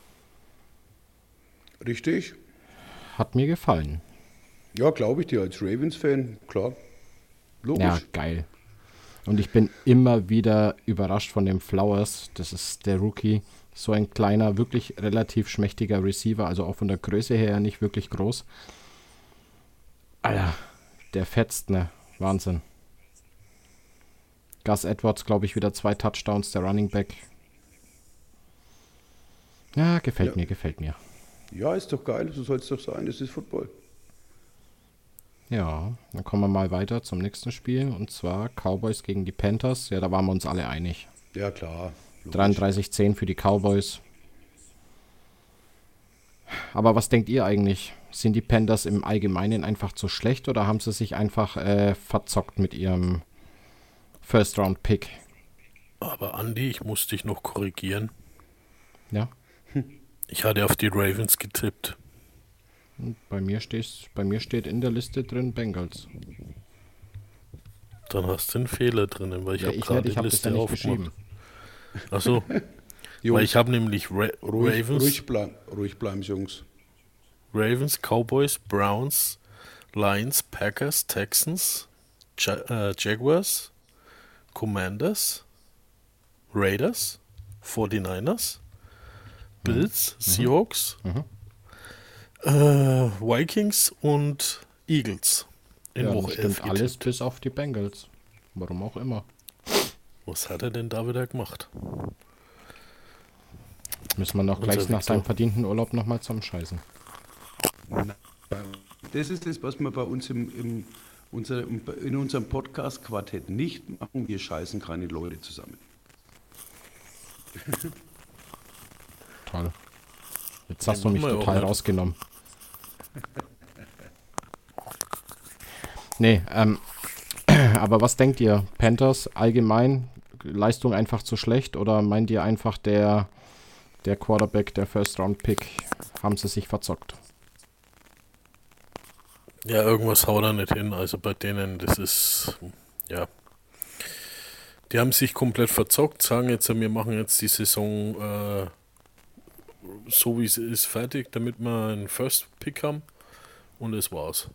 Richtig? Hat mir gefallen. Ja, glaube ich dir als Ravens-Fan, klar. Logisch. Ja, geil. Und ich bin immer wieder überrascht von dem Flowers. Das ist der Rookie. So ein kleiner, wirklich relativ schmächtiger Receiver. Also auch von der Größe her nicht wirklich groß. Alter, der fetzt, ne? Wahnsinn. Gus Edwards, glaube ich, wieder zwei Touchdowns, der Running Back. Ja, gefällt Ja. mir, gefällt mir. Ja, ist doch geil, so soll es doch sein, das ist Football. Ja, dann kommen wir mal weiter zum nächsten Spiel. Und zwar Cowboys gegen die Panthers. Ja, da waren wir uns alle einig. Ja, klar. logisch. dreiunddreißig zehn für die Cowboys. Aber was denkt ihr eigentlich? Sind die Panthers im Allgemeinen einfach zu schlecht oder haben sie sich einfach äh, verzockt mit ihrem First-Round-Pick? Aber Andi, ich muss dich noch korrigieren. Ja, Ich hatte auf die Ravens getippt. und bei mir, steht, bei mir steht in der Liste drin Bengals. Dann hast du einen Fehler drinnen, weil ich Ja, habe ich gerade nicht, ich die habe das ja Liste nicht aufgemacht. geschrieben. Achso, Jungs, weil ich habe nämlich Ra ruhig, Ravens, ruhig, bleib, ruhig bleiben, Jungs. Ravens, Cowboys, Browns, Lions, Packers, Texans, ja äh, Jaguars, Commanders, Raiders, forty-niners, Bills, Seahawks, Mhm. äh, Vikings und Eagles in Ja, Woche das elf stimmt alles getippt. bis auf die Bengals. Warum auch immer. Was hat er denn da wieder gemacht? Müssen wir noch Unser gleich nach Victor. seinem verdienten Urlaub nochmal zusammenscheißen. Das ist das, was wir bei uns im, im, unser, in unserem Podcast-Quartett nicht machen. Wir scheißen keine Leute zusammen. Toll. Jetzt hast du machen mich wir ja auch total nicht. rausgenommen. Nee, ähm, aber was denkt ihr? Panthers allgemein, Leistung einfach zu schlecht oder meint ihr einfach der, der Quarterback, der First-Round-Pick, haben sie sich verzockt? Ja, irgendwas haut er nicht hin. Also bei denen, das ist, ja. Die haben sich komplett verzockt, sagen jetzt, wir machen jetzt die Saison äh, so wie sie ist fertig, damit wir einen First Pick haben. Und das war's.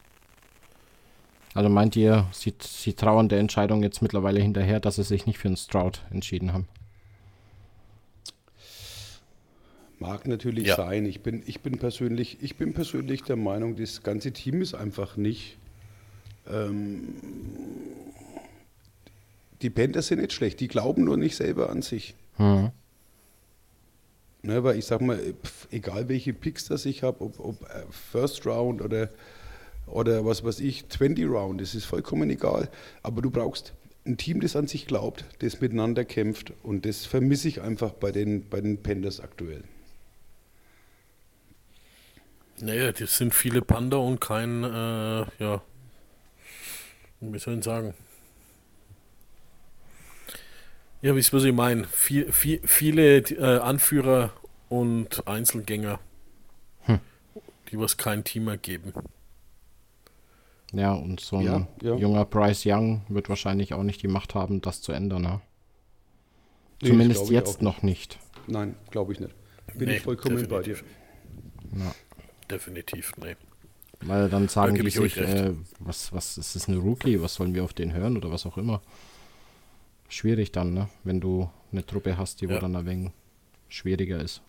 Also meint ihr, sie, sie trauern der Entscheidung jetzt mittlerweile hinterher, dass sie sich nicht für einen Stroud entschieden haben? Mag natürlich Ja. sein. Ich bin, ich, bin persönlich, ich bin persönlich der Meinung, das ganze Team ist einfach nicht. Ähm, die Panthers sind nicht schlecht, die glauben nur nicht selber an sich. Hm. Ne, weil ich sag mal, pf, egal welche Picks das ich habe, ob, ob äh, First Round oder, oder was weiß ich, zwanzig Round, das ist vollkommen egal. Aber du brauchst ein Team, das an sich glaubt, das miteinander kämpft. Und das vermisse ich einfach bei den, bei den Panthers aktuell. Naja, das sind viele Panda und kein, äh, ja, wie soll ich sagen? Ja, wisst ihr, was ich meine? Viel, viel, viele äh, Anführer und Einzelgänger, Hm. die was kein Team ergeben. Ja, und so ein Ja, ja. junger Bryce Young wird wahrscheinlich auch nicht die Macht haben, das zu ändern. Ne? Nee, Zumindest das glaub ich jetzt auch noch nicht. Nein, glaube ich nicht. Bin Nee, ich vollkommen bei dir. definitiv. Ja. Definitiv, nee. Weil dann sagen gebe die ich euch sich, recht. äh, was, was ist das, eine Rookie, was sollen wir auf den hören oder was auch immer. Schwierig dann, ne? Wenn du eine Truppe hast, die wo Ja. dann ein wenig schwieriger ist.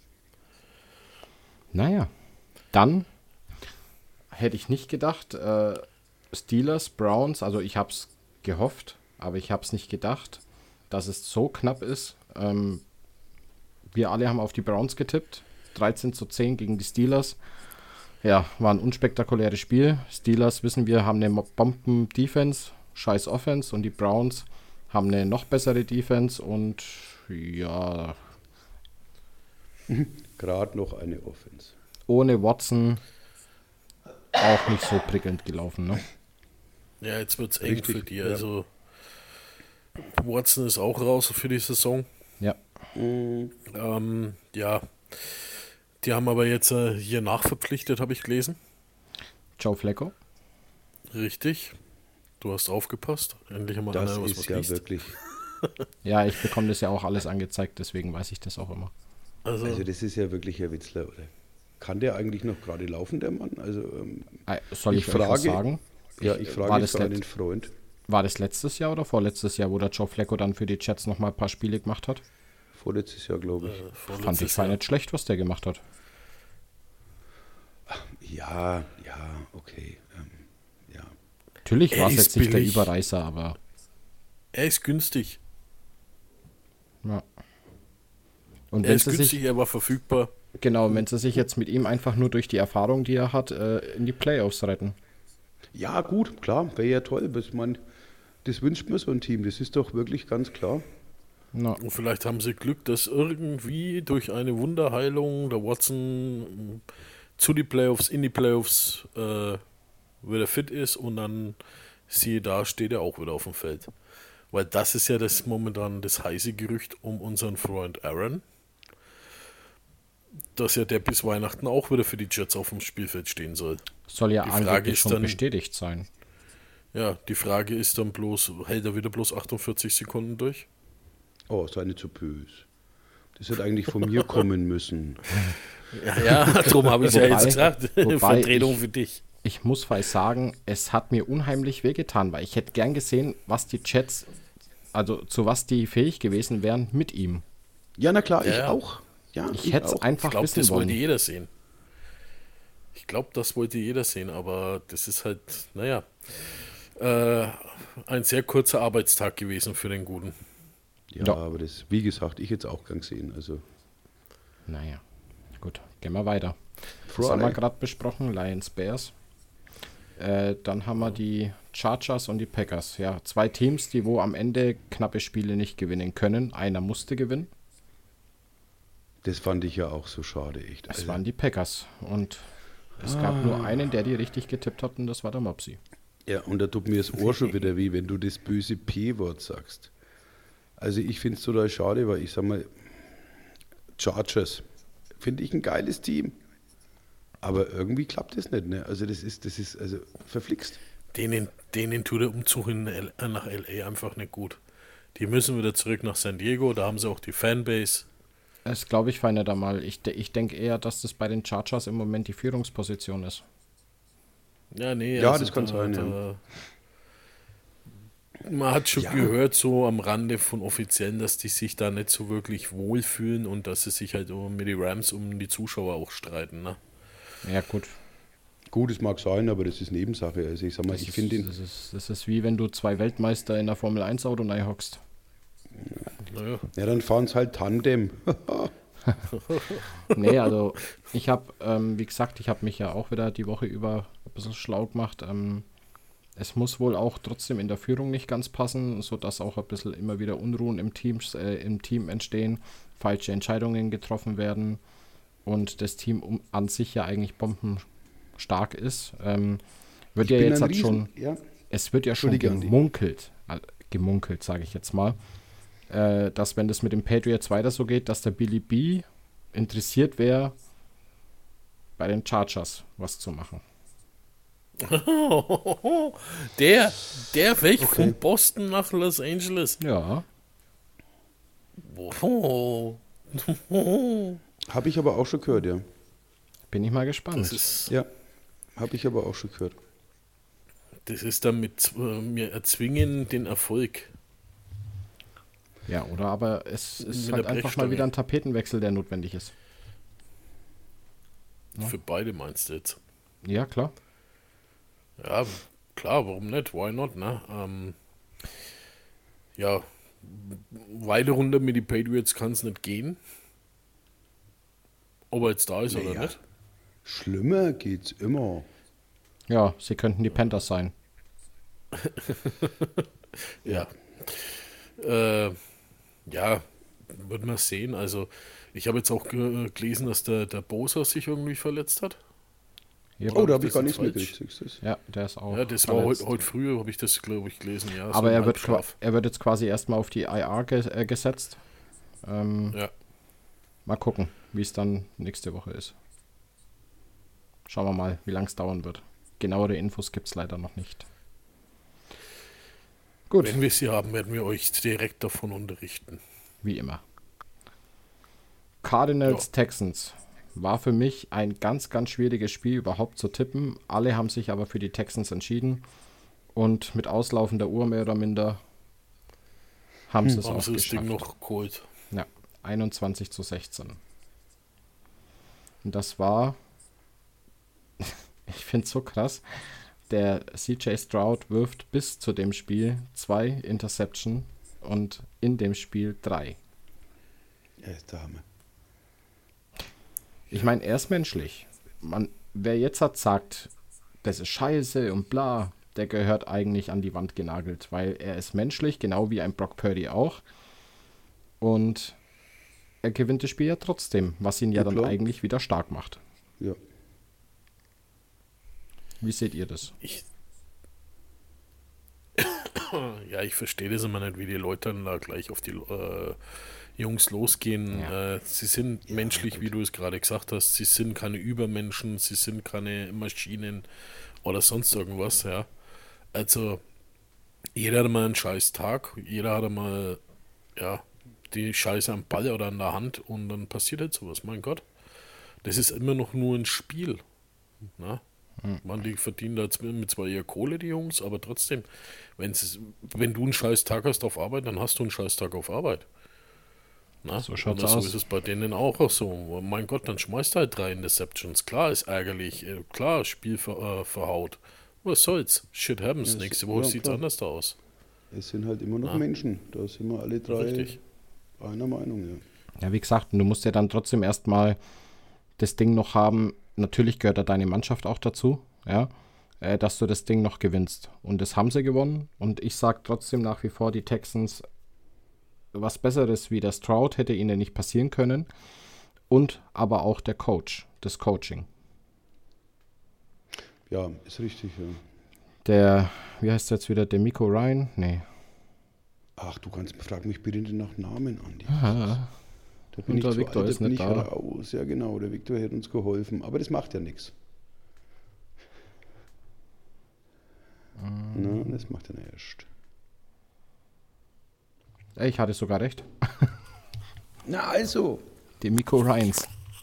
Naja, dann hätte ich nicht gedacht, äh, Steelers, Browns, also ich habe es gehofft, aber ich habe es nicht gedacht, dass es so knapp ist. Ähm, wir alle haben auf die Browns getippt, dreizehn zu zehn gegen die Steelers. Ja, war ein unspektakuläres Spiel. Steelers, wissen wir, haben eine Bomben-Defense, scheiß Offense, und die Browns haben eine noch bessere Defense und ja, Gerade noch eine Offense. ohne Watson auch nicht so prickelnd gelaufen, ne? Ja, jetzt wird's eng Richtig, für die. ja. Also Watson ist auch raus für die Saison. Ja, Ähm, ja, die haben aber jetzt äh, hier nachverpflichtet, habe ich gelesen. Joe Flacco. Richtig. Du hast aufgepasst. Endlich einmal Das einer, was ist was ja liest. wirklich, Ja, ich bekomme das ja auch alles angezeigt, deswegen weiß ich das auch immer. Also, also das ist ja wirklich ein Witzler, oder? Kann der eigentlich noch gerade laufen, der Mann? Also ähm, Äh, Soll ich, Ich euch was frage- sagen? ja, Ich- ich war frage das jetzt für letzt- einen Freund. War das letztes Jahr oder vorletztes Jahr, wo der Joe Flacco dann für die Jets nochmal ein paar Spiele gemacht hat? Vorletztes Jahr, glaube ich. äh, Fand ich vorletztes fein Jahr. nicht schlecht, was der gemacht hat. Ja, ja, okay. Ähm, ja. Natürlich Er war es ist jetzt nicht der billig. Überreißer, aber Er ist günstig. ja. Und Er wenn ist sie günstig, sich, er war verfügbar. genau, wenn sie sich jetzt mit ihm einfach nur durch die Erfahrung, die er hat, äh, in die Playoffs retten. Ja, gut, klar, wäre ja toll. Das, man, das wünscht mir so ein Team, das ist doch wirklich ganz klar. Na, Und vielleicht haben sie Glück, dass irgendwie durch eine Wunderheilung der Watson zu die Playoffs, in die Playoffs äh, wieder fit ist und dann siehe da, steht er auch wieder auf dem Feld. Weil das ist ja das momentan das heiße Gerücht um unseren Freund Aaron, dass ja der bis Weihnachten auch wieder für die Jets auf dem Spielfeld stehen soll. soll ja Die Frage angeblich ist schon dann- bestätigt sein. Ja, die Frage ist dann bloß, hält er wieder bloß achtundvierzig Sekunden durch? Oh, sei nicht so böse. Das hätte eigentlich von mir kommen müssen. Ja, ja darum habe ich ja Wobei- jetzt gesagt. wobei Vertretung ich- für dich. Ich muss vielleicht sagen, es hat mir unheimlich wehgetan, weil ich hätte gern gesehen, was die Jets, also zu was die fähig gewesen wären mit ihm. Ja, na klar, Ja, ich ja. auch. Ja, Ich hätte es auch. einfach Ich glaube, wissen das wollte wollen. jeder sehen. Ich glaube, das wollte jeder sehen, aber das ist halt, naja, äh, ein sehr kurzer Arbeitstag gewesen für den Guten. Ja, Ja. aber das, wie gesagt, ich jetzt auch gern gesehen. Also, Naja, gut, gehen wir weiter. Das haben wir Friday. gerade besprochen, Lions, Bears. Äh, dann haben wir die Chargers und die Packers. Ja, zwei Teams, die wo am Ende knappe Spiele nicht gewinnen können. Einer musste gewinnen. Das fand ich ja auch so schade, echt. Das Also, waren die Packers. Und es gab nur einen, der die richtig getippt hat, und das war der Mopsi. ja, und da tut mir das Ohr schon wieder weh, wenn du das böse P-Wort sagst. Also ich finde es total schade, weil ich sag mal, Chargers finde ich ein geiles Team. Aber irgendwie klappt das nicht, ne? Also das ist, das ist, also verflixt. Denen, denen tut der Umzug in L A, nach L A einfach nicht gut. Die müssen wieder zurück nach San Diego, da haben sie auch die Fanbase. Das glaube ich feiner da mal. Ich, de- ich denke eher, dass das bei den Chargers im Moment die Führungsposition ist. Ja, nee. Ja, das kann sein, da, Man hat schon Ja. gehört, so am Rande von Offiziellen, dass die sich da nicht so wirklich wohlfühlen und dass sie sich halt um- mit den Rams um die Zuschauer auch streiten. Ne? Ja, gut. Gut, es mag sein, aber das ist Nebensache. Also ich sag mal, Das, ich ist, finde ihn. das, ist, das ist wie wenn du zwei Weltmeister in der Formel eins Auto hockst. Naja. Ja, dann fahren es halt Tandem. Nee, also ich habe, ähm, wie gesagt, ich habe mich ja auch wieder die Woche über ein bisschen schlau gemacht. Ähm, es muss wohl auch trotzdem in der Führung nicht ganz passen, sodass auch ein bisschen immer wieder Unruhen im, Teams, äh, im Team entstehen, falsche Entscheidungen getroffen werden und das Team um, an sich ja eigentlich bombenstark ist. Ähm, wird Ich ja bin jetzt ein halt Riesen- schon, Ja, es wird ja schon Entschuldige, Andi. gemunkelt, äh, gemunkelt, sage ich jetzt mal, äh, dass wenn das mit den Patriots weiter so geht, dass der Billy B interessiert wäre, bei den Chargers was zu machen. Der, der weg Okay. von Boston nach Los Angeles. Ja, Oh, habe ich aber auch schon gehört, ja. bin ich mal gespannt. das ist, Ja, habe ich aber auch schon gehört. das ist damit äh, mir erzwingen den Erfolg. Ja, oder aber es ist Mit halt der einfach mal Brechstange. wieder ein Tapetenwechsel, der notwendig ist. Für beide meinst du jetzt? Ja, klar. Ja, klar, warum nicht? Why not, ne? Ähm, ja, weiter runter mit den Patriots kann es nicht gehen. Ob er jetzt da ist oder Naja. nicht. Schlimmer geht's immer. Ja, sie könnten die Panthers sein. Ja. Äh, ja, wird man sehen. Also, ich habe jetzt auch ge gelesen, dass der, der Bosa sich irgendwie verletzt hat. Ja, Oh, da hab habe ich ich gar das nichts falsch? mitgekriegt. siehst du? ja, der ist auch. Ja, das war verletzt. heute heut früh, habe ich das, glaube ich, gelesen. Ja, so Aber im er wird, qua- Halbschlaf. er wird jetzt quasi erstmal auf die I R ge äh, gesetzt. Ähm, Ja. Mal gucken, wie es dann nächste Woche ist. Schauen wir mal, wie lange es dauern wird. Genauere Infos gibt es leider noch nicht. Gut, Wenn wir sie haben, werden wir euch direkt davon unterrichten. wie immer. Cardinals Ja. Texans war für mich ein ganz, ganz schwieriges Spiel überhaupt zu tippen. Alle haben sich aber für die Texans entschieden. Und mit auslaufender Uhr mehr oder minder haben sie es Haben auch sie das geschafft. Ding noch geholt. Ja, einundzwanzig zu sechzehn. Und das war, ich finde es so krass, der C J Stroud wirft bis zu dem Spiel zwei Interception und in dem Spiel drei. Er ist der Hammer. Ich meine, er ist menschlich. Man, wer jetzt hat sagt, das ist scheiße und bla, der gehört eigentlich an die Wand genagelt, weil er ist menschlich, genau wie ein Brock Purdy auch. Und er gewinnt das Spiel ja trotzdem, was ihn ja Ja, dann klar. eigentlich wieder stark macht. Ja. Wie seht ihr das? Ich ja, ich verstehe das immer nicht, wie die Leute dann da gleich auf die äh, Jungs losgehen. Ja. Äh, sie sind menschlich, wie du es gerade gesagt hast. Sie sind keine Übermenschen, sie sind keine Maschinen oder sonst irgendwas, ja. Also, jeder hat mal einen scheiß Tag, jeder hat mal, ja, die Scheiße am Ball oder an der Hand und dann passiert halt sowas, mein Gott. Das ist immer noch nur ein Spiel. Na? Man, die verdienen da z- mit zwar eher Kohle, die Jungs, aber trotzdem, wenn's, wenn du einen scheiß Tag hast auf Arbeit, dann hast du einen scheiß Tag auf Arbeit. Na? So schaut's Und so aus. ist es bei denen auch so. Mein Gott, dann schmeißt halt drei Interceptions. Klar, ist ärgerlich. äh, Klar, Spiel ver, äh, verhaut. Was soll's? Shit happens. Ja, Nächste ja, Woche sieht's klar. anders aus. Es sind halt immer noch Ja. Menschen. Da sind wir alle drei Richtig. einer Meinung, ja. Ja, wie gesagt, du musst ja dann trotzdem erstmal das Ding noch haben. Natürlich gehört da deine Mannschaft auch dazu, ja, äh, dass du das Ding noch gewinnst. Und das haben sie gewonnen. Und ich sage trotzdem nach wie vor, die Texans, was Besseres wie der Stroud hätte ihnen nicht passieren können. Und aber auch der Coach, das Coaching. Ja, ist richtig, ja. Der, wie heißt der jetzt wieder, der Miko Ryan? Nee. Ach, du kannst, frag mich bitte nicht nach Namen, Andi. Aha. Da bin Und ich der zu Viktor alt, ist da bin nicht ich da. raus. Ja, genau, der Viktor hat uns geholfen. Aber das macht ja nichts. Ähm. Na, das macht ja nichts. Ey, ich hatte sogar recht. Na, also. Die Miko Ryans.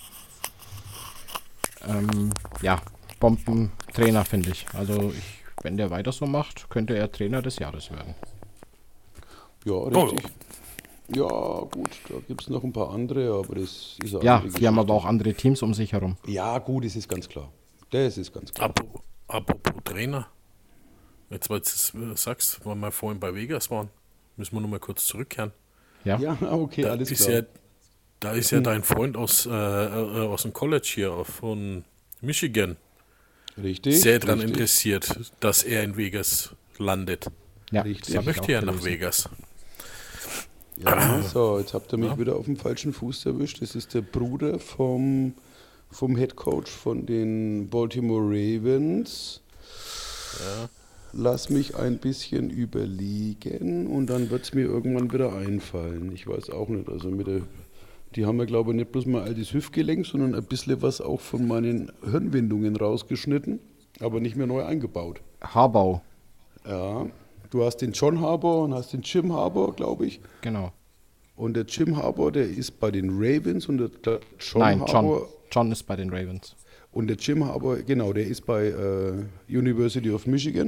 Ähm, ja, Bombentrainer, finde ich. Also, ich, wenn der weiter so macht, könnte er Trainer des Jahres werden. Ja, Oh, richtig. Ja, gut, da gibt es noch ein paar andere, aber das ist eine Ja, andere wir haben Geschichte. aber auch andere Teams um sich herum. Ja, gut, das ist ganz klar. Das ist ganz klar. Apropos, apropos Trainer. Jetzt, weil du es äh, sagst, weil wir vorhin bei Vegas waren, müssen wir noch mal kurz zurückkehren. Ja, Ja, okay, Da alles ist klar. ja, Da ist ja dein Freund aus, äh, äh, aus dem College hier von Michigan Richtig. sehr daran richtig. interessiert, dass er in Vegas landet. Ja, Richtig. das Er hab ich möchte auch ja nach gelesen. Vegas. Ja, so, jetzt habt ihr mich Ja. wieder auf dem falschen Fuß erwischt. Das ist der Bruder vom, vom Head Coach von den Baltimore Ravens. Ja. Lass mich ein bisschen überlegen und dann wird es mir irgendwann wieder einfallen. Ich weiß auch nicht. Also mit der, die haben ja, glaube ich, nicht bloß mal altes Hüftgelenk, sondern ein bisschen was auch von meinen Hirnwindungen rausgeschnitten, aber nicht mehr neu eingebaut. Harbaugh, Ja, du hast den John Harbaugh und hast den Jim Harbaugh, glaube ich. genau. Und der Jim Harbaugh, der ist bei den Ravens und der John Nein, John. Harbaugh John ist bei den Ravens. und der Jim Harbaugh, genau, der ist bei äh, University of Michigan.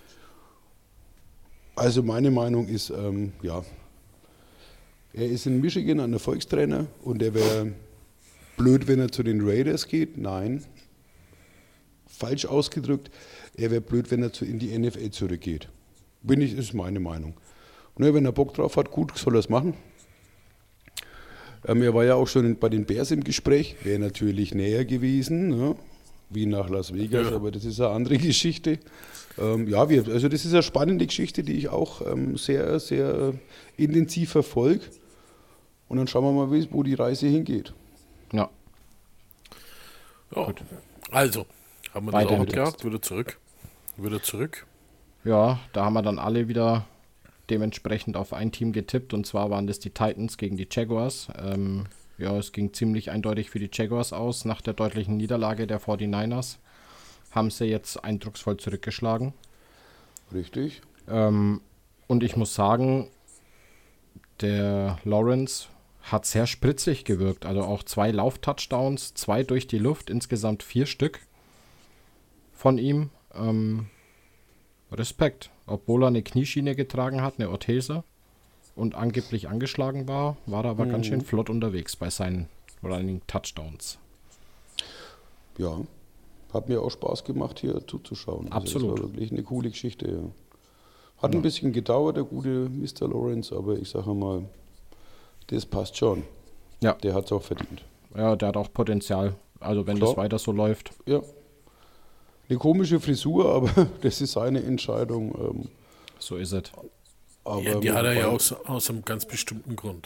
Also meine Meinung ist, ähm, ja, er ist in Michigan ein Erfolgstrainer und er wäre blöd, wenn er zu den Raiders geht. Nein, falsch ausgedrückt, er wäre blöd, wenn er zu, in die N F L zurückgeht. Bin ich, ist meine Meinung. Ne, wenn er Bock drauf hat, gut, soll er es machen. Ähm, er war ja auch schon bei den Bears im Gespräch, wäre natürlich näher gewesen, ne? Wie nach Las Vegas, Ja. aber das ist eine andere Geschichte. Ähm, ja, wir, also das ist eine spannende Geschichte, die ich auch ähm, sehr, sehr intensiv verfolge. Und dann schauen wir mal, wie- wo die Reise hingeht. Ja, Ja. Also, haben wir Weiter das auch im Text. gehabt, wieder zurück. Wieder zurück. ja, da haben wir dann alle wieder dementsprechend auf ein Team getippt und zwar waren das die Titans gegen die Jaguars. Ähm, ja, es ging ziemlich eindeutig für die Jaguars aus. Nach der deutlichen Niederlage der forty-niners haben sie jetzt eindrucksvoll zurückgeschlagen. Richtig? Ähm, und ich muss sagen, der Lawrence hat sehr spritzig gewirkt. Also auch zwei Lauf-Touchdowns, zwei durch die Luft, insgesamt vier Stück von ihm. Ähm, Respekt. Obwohl er eine Knieschiene getragen hat, eine Orthese und angeblich angeschlagen war, war er aber ganz schön flott unterwegs bei seinen Running Touchdowns. Ja, hat mir auch Spaß gemacht, hier zuzuschauen. Absolut. Also das war wirklich eine coole Geschichte. Ja. Hat ein bisschen gedauert, der gute Mister Lawrence, aber ich sage mal, das passt schon. Ja. Der hat es auch verdient. Ja, der hat auch Potenzial. Also wenn Klar. das weiter so läuft. Ja. Eine komische Frisur, aber das ist seine Entscheidung. Ähm, So ist es. aber Ja, die hat er ja wobei- aus, aus einem ganz bestimmten Grund.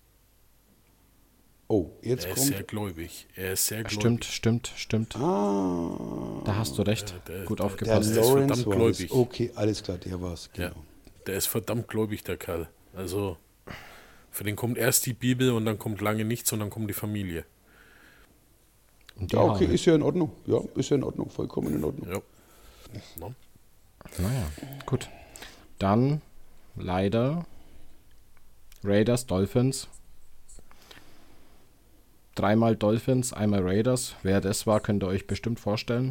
Oh, jetzt Er ist kommt. sehr gläubig. Er ist sehr gläubig. Stimmt, stimmt, stimmt. Ah, Da hast du recht. der- der- Gut der- der aufgepasst. ist Lawrence verdammt war es. gläubig. Okay, alles klar, der war es. Genau. Ja, der ist verdammt gläubig, der Kerl. Also, für den kommt erst die Bibel und dann kommt lange nichts und dann kommt die Familie. Und die Ja, okay, Haare. ist ja in Ordnung. Ja, ist ja in Ordnung, vollkommen in Ordnung. Ja. No? Naja, gut. Dann leider Raiders, Dolphins. Dreimal Dolphins, einmal Raiders. Wer das war, könnt ihr euch bestimmt vorstellen.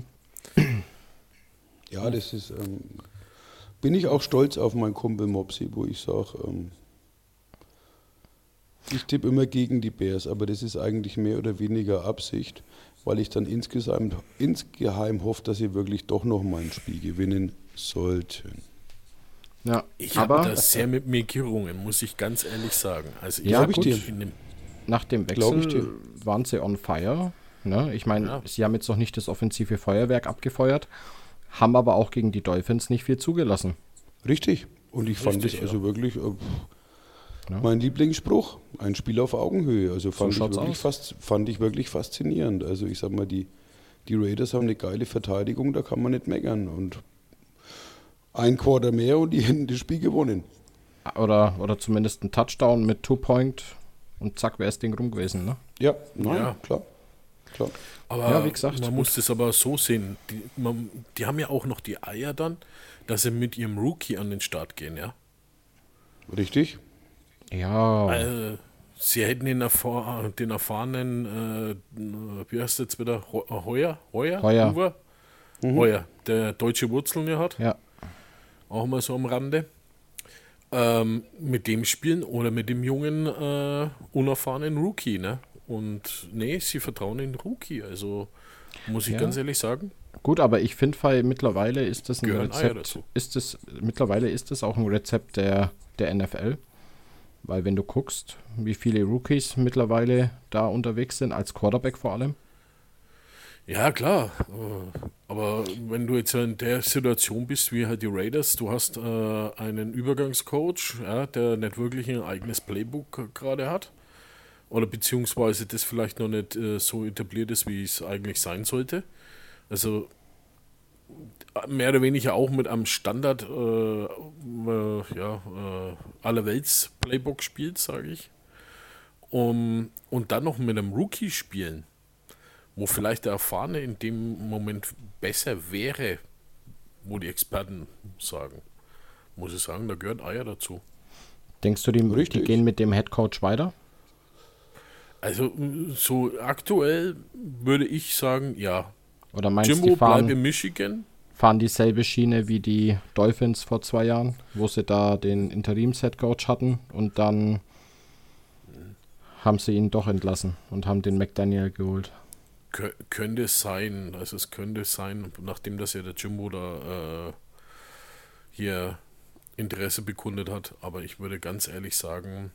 Ja, das ist. Ähm, bin ich auch stolz auf meinen Kumpel Mopsi, wo ich sage, ähm, ich tippe immer gegen die Bears, aber das ist eigentlich mehr oder weniger Absicht, weil ich dann insgesamt, insgeheim hoffe, dass sie wirklich doch noch mal ein Spiel gewinnen sollten. Ja, Ich habe aber das sehr mit mir gerungen, muss ich ganz ehrlich sagen. Also ich Ja, hab gut. in dem, nach dem Glaub ich Wechsel dir. waren sie on fire. Ne? Ich meine, Ja. sie haben jetzt noch nicht das offensive Feuerwerk abgefeuert, haben aber auch gegen die Dolphins nicht viel zugelassen. Richtig. Und ich fand Richtig, das also ja. wirklich äh, Ja. mein Lieblingsspruch. Ein Spiel auf Augenhöhe. Also fand, ich schaut's wirklich, aus. fast, fand ich wirklich faszinierend. Also ich sag mal, die, die Raiders haben eine geile Verteidigung, da kann man nicht meckern. Und ein Quarter mehr und die hätten das Spiel gewonnen. Oder, oder zumindest ein Touchdown mit Two-Point und zack, wäre das Ding rum gewesen. Ne? Ja, nein, Ja. klar. klar. aber Ja, wie gesagt, man gut. muss das aber so sehen. Die, man, die haben ja auch noch die Eier dann, dass sie mit ihrem Rookie an den Start gehen, ja. Richtig? Ja, Äh, sie hätten den, erfahr den erfahrenen, äh, wie heißt jetzt wieder, Ho- äh, Heuer? Heuer? Heuer. Hoover? Heuer, der deutsche Wurzeln ja hat. ja. Auch mal so am Rande. Ähm, mit dem spielen oder mit dem jungen, äh, unerfahrenen Rookie, ne? Und nee, sie vertrauen den Rookie, also muss ich Ja. ganz ehrlich sagen. Gut, aber ich finde, weil mittlerweile ist das ein Gehören Eier Rezept. dazu. Ist es, mittlerweile ist es auch ein Rezept der, der N F L. Weil wenn du guckst, wie viele Rookies mittlerweile da unterwegs sind, als Quarterback vor allem. Ja, klar. Aber wenn du jetzt in der Situation bist, wie halt die Raiders, du hast äh, einen Übergangscoach, ja, der nicht wirklich ein eigenes Playbook gerade hat. Oder beziehungsweise das vielleicht noch nicht äh, so etabliert ist, wie es eigentlich sein sollte. Also mehr oder weniger auch mit einem Standard äh, äh, ja, äh, allerwelts Playbook spielt, sage ich. Um, und dann noch mit einem Rookie spielen, wo vielleicht der Erfahrene in dem Moment besser wäre, wo die Experten sagen. Muss ich sagen, da gehören Eier dazu. Denkst du, die, die Richtig. gehen mit dem Headcoach weiter? Also so aktuell würde ich sagen, ja. Oder meinst du, Jimbo die bleibt fahren, in Michigan. fahren dieselbe Schiene wie die Dolphins vor zwei Jahren, wo sie da den Interims-Headcoach hatten und dann haben sie ihn doch entlassen und haben den McDaniel geholt. Kö könnte es sein, also es könnte sein, nachdem das ja der Jimbo da äh, hier Interesse bekundet hat, aber ich würde ganz ehrlich sagen,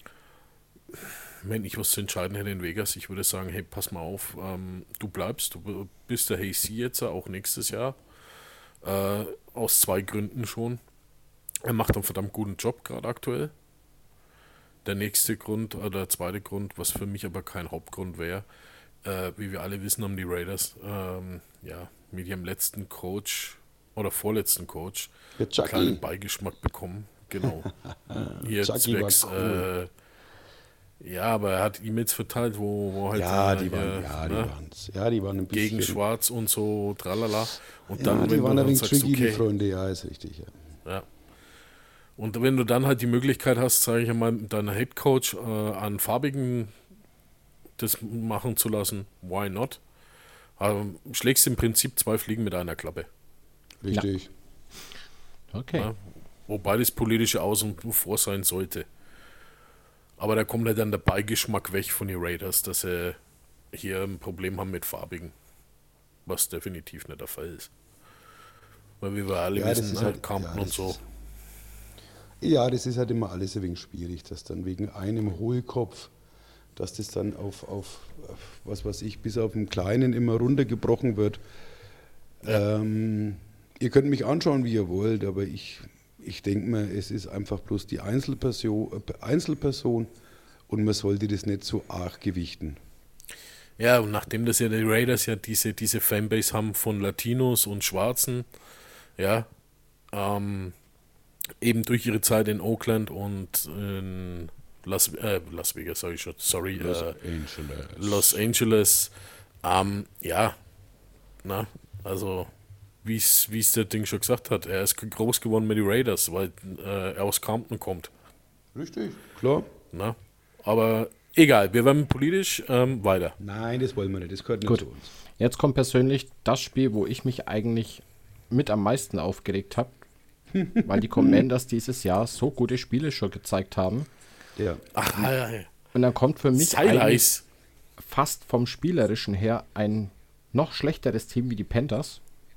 wenn ich was zu entscheiden hätte in Vegas, ich würde sagen, hey, pass mal auf, ähm, du bleibst, du bist der H C jetzt auch nächstes Jahr, äh, aus zwei Gründen schon. Er macht einen verdammt guten Job gerade aktuell. Der nächste Grund, oder der zweite Grund, was für mich aber kein Hauptgrund wäre, äh, wie wir alle wissen, haben die Raiders ähm, ja, mit ihrem letzten Coach oder vorletzten Coach Der einen Chucky. kleinen Beigeschmack bekommen. Genau. Hier Chucky war zwecks, cool. äh, ja, aber er hat E-Mails verteilt, wo, wo halt Ja, äh, die hier, waren, ja, die ne, waren's. Ja, die waren ein bisschen. gegen Schwarz und so, tralala. Und Ja, dann, die wenn waren du ein dann wenig sagst, tricky, die okay, Freunde, ja, ist richtig. Ja. ja. Und wenn du dann halt die Möglichkeit hast, sage ich einmal, mit deiner Headcoach äh, an Farbigen das machen zu lassen, why not? Aber schlägst im Prinzip zwei Fliegen mit einer Klappe. Richtig. Okay. Ja? Wobei das politische Außen vor sein sollte. Aber da kommt halt dann der Beigeschmack weg von den Raiders, dass sie hier ein Problem haben mit Farbigen. Was definitiv nicht der Fall ist. Weil wie wir alle Ja, das wissen, ist ne, halt- Compton ja, und das so. ist- Ja, das ist halt immer alles ein wenig schwierig, dass dann wegen einem Hohlkopf, dass das dann auf, auf, auf was weiß ich, bis auf den Kleinen immer runtergebrochen wird. Ähm, ihr könnt mich anschauen, wie ihr wollt, aber ich, ich denke mir, es ist einfach bloß die Einzelperson, äh, Einzelperson und man sollte das nicht so arg gewichten. Ja, und nachdem das ja die Raiders ja diese, diese Fanbase haben von Latinos und Schwarzen, ja, ähm, eben durch ihre Zeit in Oakland und in Las, äh, Las Vegas, sag ich schon, sorry, Los äh, Angeles. Los Angeles, ähm, ja, na, also wie es der Ding schon gesagt hat, er ist groß geworden mit den Raiders, weil äh, er aus Compton kommt, Richtig, klar. na, aber egal, wir werden politisch ähm, weiter. Nein, das wollen wir nicht, das gehört nicht Gut. zu uns. Jetzt kommt persönlich das Spiel, wo ich mich eigentlich mit am meisten aufgeregt habe, weil die Commanders dieses Jahr so gute Spiele schon gezeigt haben. Ja. Ach, ja, ja. Und dann kommt für mich eigentlich Sideeis. fast vom Spielerischen her ein noch schlechteres Team wie die Panthers.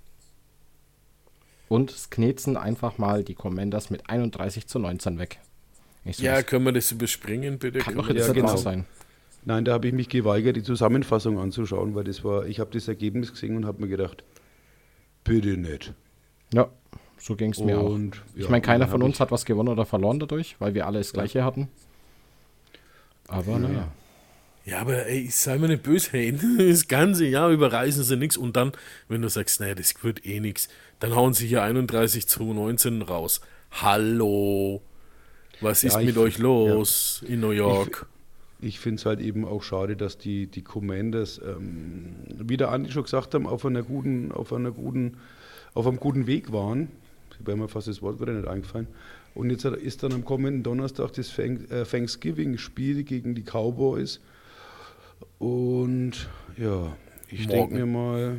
Und es knetzen einfach mal die Commanders mit einunddreißig zu neunzehn weg. Ich so, Ja, das können wir das überspringen, bitte? kann Können doch wir jetzt Ja, nicht wahr genau. sein. Nein, da habe ich mich geweigert, die Zusammenfassung anzuschauen, weil das war, ich habe das Ergebnis gesehen und habe mir gedacht, bitte nicht. Ja, so ging es mir auch. Und, Ich ja, meine, keiner und dann von hab uns ich- hat was gewonnen oder verloren dadurch, weil wir alle das Gleiche hatten. Aber naja. Ja, aber ey, sei mir nicht böse, hey, das ganze Jahr überreißen sie nichts und dann, wenn du sagst, naja, das wird eh nichts, dann hauen sie hier einunddreißig zu neunzehn raus. Hallo, was ist Ja, mit ich- euch los in New York? Ich finde es halt eben auch schade, dass die, die Commanders, ähm, wie der Andi schon gesagt haben, auf einer guten, auf einer guten, auf einem guten Weg waren. Da wäre mir fast das Wort wieder nicht eingefallen. Und jetzt ist dann am kommenden Donnerstag das Thank- äh, Thanksgiving-Spiel gegen die Cowboys. Und ja, ich denke Morgen. mir mal.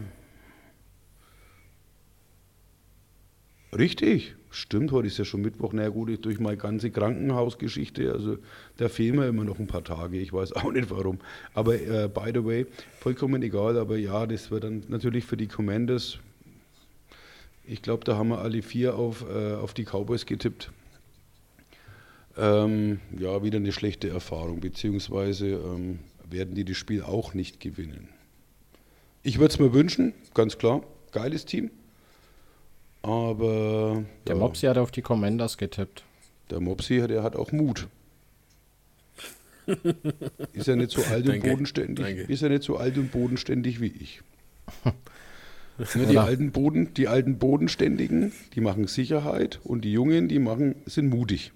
Richtig, stimmt, heute ist ja schon Mittwoch. Na ja, gut, durch meine ganze Krankenhausgeschichte, also da fehlen mir immer noch ein paar Tage, ich weiß auch nicht warum. Aber äh, by the way, vollkommen egal, aber ja, das wird dann natürlich für die Commanders, ich glaube, da haben wir alle vier auf, äh, auf die Cowboys getippt. Ähm, ja, wieder eine schlechte Erfahrung, beziehungsweise ähm, werden die das Spiel auch nicht gewinnen. Ich würde es mir wünschen, ganz klar, geiles Team, aber Der ja, Mopsi hat auf die Commanders getippt. der Mopsi, der hat auch Mut. Ist er nicht so alt und Danke, bodenständig? danke. Ist er nicht so alt und bodenständig wie ich? Ne, die, Oder? alten Boden, die alten Bodenständigen, die machen Sicherheit und die Jungen, die machen, sind mutig.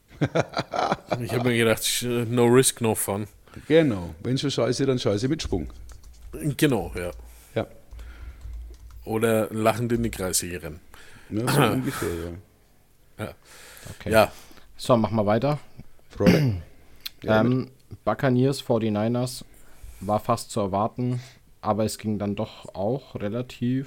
Ich habe mir gedacht, sch- no risk, no fun. Genau. Wenn schon scheiße, dann scheiße mit Schwung. Genau, ja. Ja, Oder lachend in die Kreissäge rennen. ne, so ungefähr, ja. Okay. Ja, So, machen wir weiter. Freude. Ja, ähm, Buccaneers forty-niners war fast zu erwarten, aber es ging dann doch auch relativ.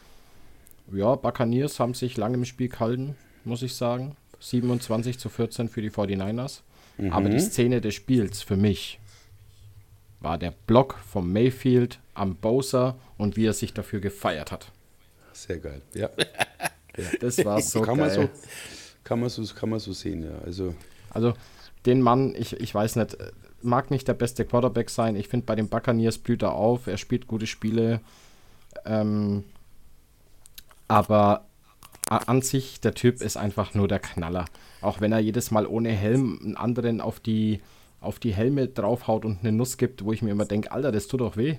Ja, Buccaneers haben sich lange im Spiel gehalten, muss ich sagen. siebenundzwanzig zu vierzehn für die forty-niners. Aber die Szene des Spiels für mich war der Block vom Mayfield am Bosa und wie er sich dafür gefeiert hat. sehr geil. Ja, Das war so kann, geil. man so, kann, man so, kann man so sehen, ja. Also, Also den Mann, ich, ich weiß nicht, mag nicht der beste Quarterback sein. Ich finde, bei den Buccaneers blüht er auf. Er spielt gute Spiele. Ähm, aber a- an sich, der Typ ist einfach nur der Knaller. Auch wenn er jedes Mal ohne Helm einen anderen auf die, auf die Helme draufhaut und eine Nuss gibt, wo ich mir immer denke, Alter, das tut doch weh.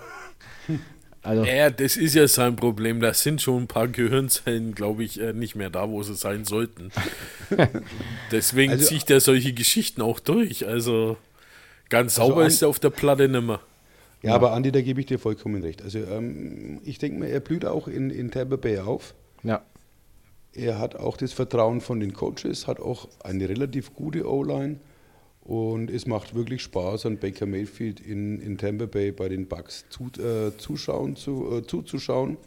Also, ja, das ist ja sein Problem. Da sind schon ein paar Gehirnzellen, glaube ich, äh, nicht mehr da, wo sie sein sollten. Deswegen Also- zieht er solche Geschichten auch durch. Also ganz Also sauber ein- ist er auf der Platte nimmer. ja, aber Andi, da gebe ich dir vollkommen recht. Also ähm, ich denke mir, er blüht auch in, in Tampa Bay auf. ja, Er hat auch das Vertrauen von den Coaches, hat auch eine relativ gute O-Line und es macht wirklich Spaß, an Baker Mayfield in, in Tampa Bay bei den Bucks zu, äh, zuschauen, zu, äh, zuzuschauen.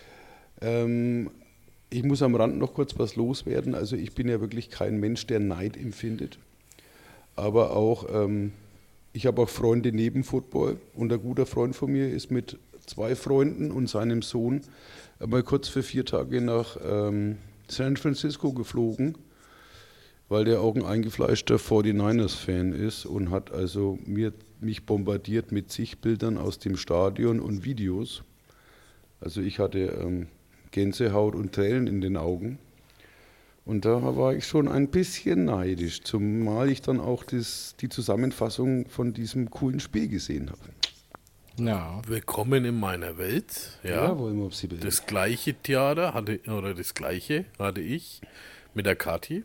Ähm, ich muss am Rand noch kurz was loswerden. Also ich bin ja wirklich kein Mensch, der Neid empfindet. Aber auch, ähm, ich habe auch Freunde neben Football und ein guter Freund von mir ist mit zwei Freunden und seinem Sohn einmal kurz für vier Tage nach ähm, San Francisco geflogen, weil der auch ein eingefleischter forty-niners-Fan ist und hat also mir, mich bombardiert mit zig Bildern aus dem Stadion und Videos. Also ich hatte ähm, Gänsehaut und Tränen in den Augen. Und da war ich schon ein bisschen neidisch, zumal ich dann auch das, die Zusammenfassung von diesem coolen Spiel gesehen habe. ja. Willkommen in meiner Welt. Ja, wollen wir auf sie bilden. das gleiche Theater hatte, oder das gleiche hatte ich mit der Kathi.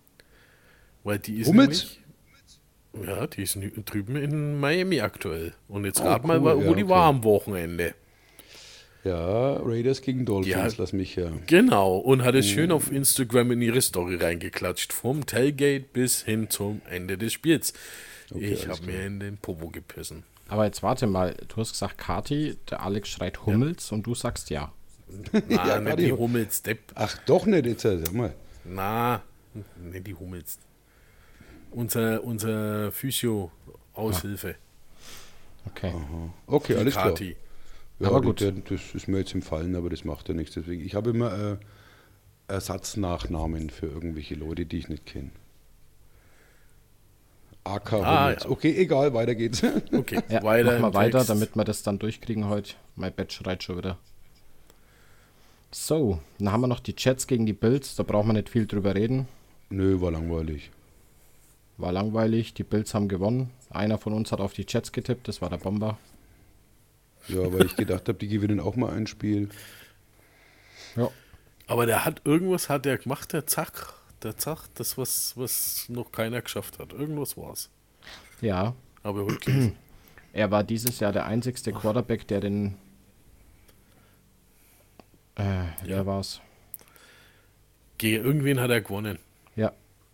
Weil die ist Hummels? nämlich, ja, die ist nü- drüben in Miami aktuell. Und jetzt Oh, rat mal, cool, wo ja, die okay. war am Wochenende. Ja, Raiders gegen Dolphins, Ja. lass mich ja. Genau, und hat es Mhm. schön auf Instagram in ihre Story reingeklatscht. Vom Tailgate bis hin zum Ende des Spiels. Okay, ich alles habe mir in den Popo gepissen. Aber jetzt warte mal, du hast gesagt Kati, der Alex schreit Hummels und du sagst ja. Na, Ja, nicht Kati. die Hummels, Depp. Ach, doch nicht, jetzt sag mal. Na, nicht die Hummels. Unser, unser Physio-Aushilfe. Okay. Okay, die alles klar. Kati. Ja, Aber die- gut. der- Das ist mir jetzt empfallen, aber das macht ja nichts. Deswegen, ich habe immer äh, Ersatznachnamen für irgendwelche Leute, die ich nicht kenne. A K Ah, Hummels. ja. Okay, egal, weiter geht's. Okay, Ja, weiter. mach mal im weiter, Text. damit wir das dann durchkriegen heute. Mein Bett schreit schon wieder. So, dann haben wir noch die Jets gegen die Bills. Da brauchen wir nicht viel drüber reden. Nö, war langweilig. War langweilig. Die Bills haben gewonnen. Einer von uns hat auf die Jets getippt. Das war der Bomber. Ja, weil ich gedacht habe, die gewinnen auch mal ein Spiel. Ja. Aber der hat irgendwas hat der gemacht, der Zack. Der Zack, das was, was noch keiner geschafft hat. Irgendwas war's. Ja. Aber wirklich. Er war dieses Jahr der einzigste Quarterback, der den. Äh, wer war's? Gegen irgendwen hat er gewonnen. Ja.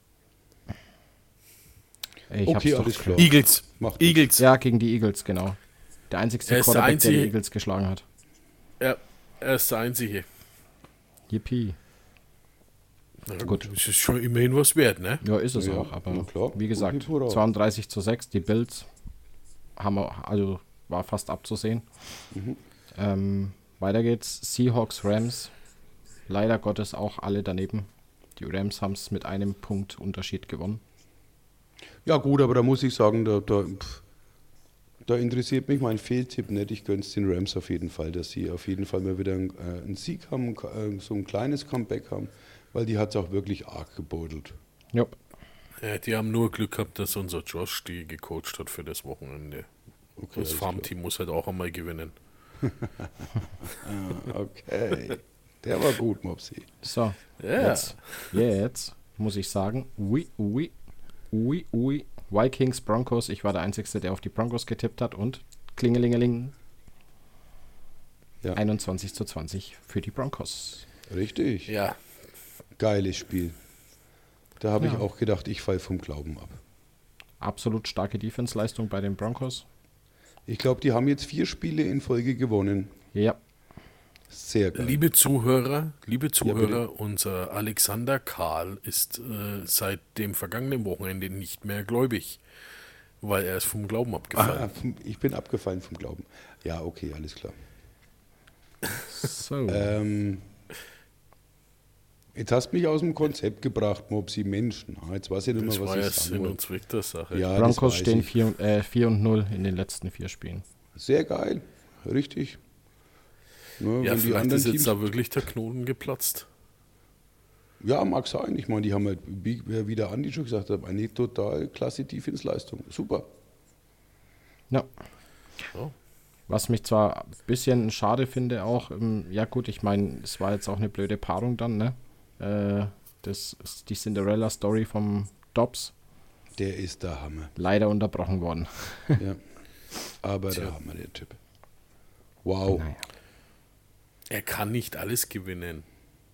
Ich Okay, hab's doch alles klar. Eagles. Macht nichts. Eagles. Ja, gegen die Eagles, genau. Der einzigste Er ist der Quarterback, der, die einzige- Eagles geschlagen hat. Ja, er ist der Einzige. Yippie. Na Gut. Das ist schon immerhin was wert, ne? Ja, ist es Ja, auch. Aber na klar. wie gesagt, Hip, hurra. zweiunddreißig zu sechs, die Bills haben wir, also war fast abzusehen. Mhm. Ähm, weiter geht's. Seahawks, Rams. Leider Gottes auch alle daneben. Die Rams haben es mit einem Punkt Unterschied gewonnen. Ja gut, aber da muss ich sagen, da, da, pff, da interessiert mich mein Fehltipp nicht. Ich gönne es den Rams auf jeden Fall, dass sie auf jeden Fall mal wieder einen, äh, einen Sieg haben, äh, so ein kleines Comeback haben, weil die hat es auch wirklich arg gebodelt. Jo. Ja, die haben nur Glück gehabt, dass unser Josh die gecoacht hat für das Wochenende. Okay, Das alles Farmteam muss halt auch einmal gewinnen. Ah, okay, der war gut, Mopsi. So, Ja. jetzt, jetzt muss ich sagen, ui, ui, ui, ui, Vikings, Broncos. Ich war der Einzige, der auf die Broncos getippt hat und klingelingeling. Ja. einundzwanzig zu zwanzig für die Broncos. Richtig, Ja, geiles Spiel. Da habe ich Ja. auch gedacht, ich falle vom Glauben ab. Absolut starke Defense-Leistung bei den Broncos. Ich glaube, die haben jetzt vier Spiele in Folge gewonnen. Ja, Sehr geil. liebe Zuhörer, liebe bitte. Zuhörer, unser Alexander Karl ist äh, seit dem vergangenen Wochenende nicht mehr gläubig, weil er ist vom Glauben abgefallen. Ah, vom- ich bin abgefallen vom Glauben. Ja, okay, alles klar. so. Ähm, jetzt hast du mich aus dem Konzept gebracht, Mopsi, Menschen. Ah, jetzt weiß ich nicht Das mehr, war was ja ich sagen Sinn und wollte. Zweck der Sache. Ja, das Broncos weiß stehen ich. vier äh, vier und null in den letzten vier Spielen. Sehr geil, richtig. Ne, Ja, wenn die vielleicht anderen ist jetzt Teams, da wirklich der Knoten geplatzt. ja, mag sein. Ich meine, die haben halt, wie wie der Andi schon gesagt hat, eine total klasse Defense-Leistung. Super. Ja. Ja. Was mich zwar ein bisschen schade finde auch, ähm, ja gut, ich meine, es war jetzt auch eine blöde Paarung dann, ne? Äh, das ist die Cinderella-Story vom Dobbs, Der ist der Hammer. leider unterbrochen worden. Ja. Aber Tja. der Hammer, der Typ. Wow. Naja. Er kann nicht alles gewinnen.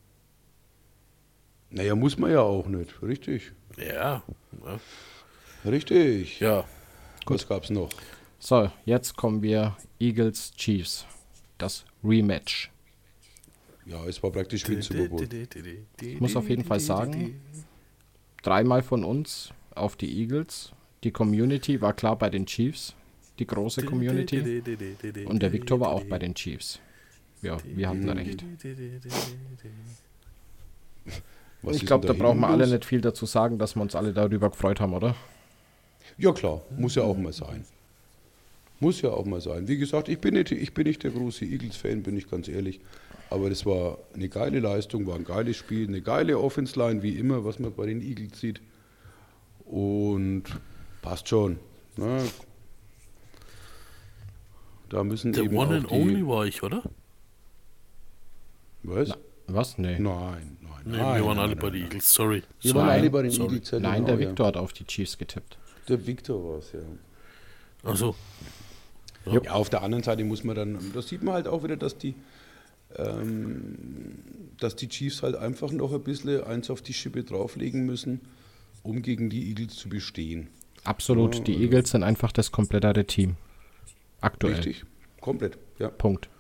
Naja, muss man ja auch nicht. Richtig. Ja, ja. Richtig. ja. Was gab's noch? So, jetzt kommen wir Eagles Chiefs. Das Rematch. Ja, es war praktisch wie ein Super Bowl. Ich muss auf jeden Fall sagen, dreimal von uns auf die Eagles. Die Community war klar bei den Chiefs, die große Community. Und der Victor war auch bei den Chiefs. Ja, wir hatten recht. Was Ich ist glaube, da denn brauchen wir hinten alle los? nicht viel dazu sagen, dass wir uns alle darüber gefreut haben, oder? Ja klar, muss ja auch mal sein. Muss ja auch mal sein. Wie gesagt, ich bin nicht, ich bin nicht der große Eagles-Fan, bin ich ganz ehrlich. Aber das war eine geile Leistung, war ein geiles Spiel, eine geile Offense-Line, wie immer, was man bei den Eagles sieht. Und passt schon. Ne? Da müssen Der eben One auch and die, Only war ich, oder? Was? Was? Nee. Nein, nein, Nee, nein. wir waren nein, alle nein, bei den nein. Eagles, sorry. Wir sorry. waren alle bei den sorry. Eagles. ja, Nein, genau, der ja. Victor hat auf die Chiefs getippt. Der Victor war es, ja. Also, Ja, auf der anderen Seite muss man dann, da sieht man halt auch wieder, dass die, ähm, dass die Chiefs halt einfach noch ein bisschen eins auf die Schippe drauflegen müssen, um gegen die Eagles zu bestehen. Absolut, Ja, die also- Eagles sind einfach das komplettere Team. Aktuell. Richtig? Komplett, ja. Punkt.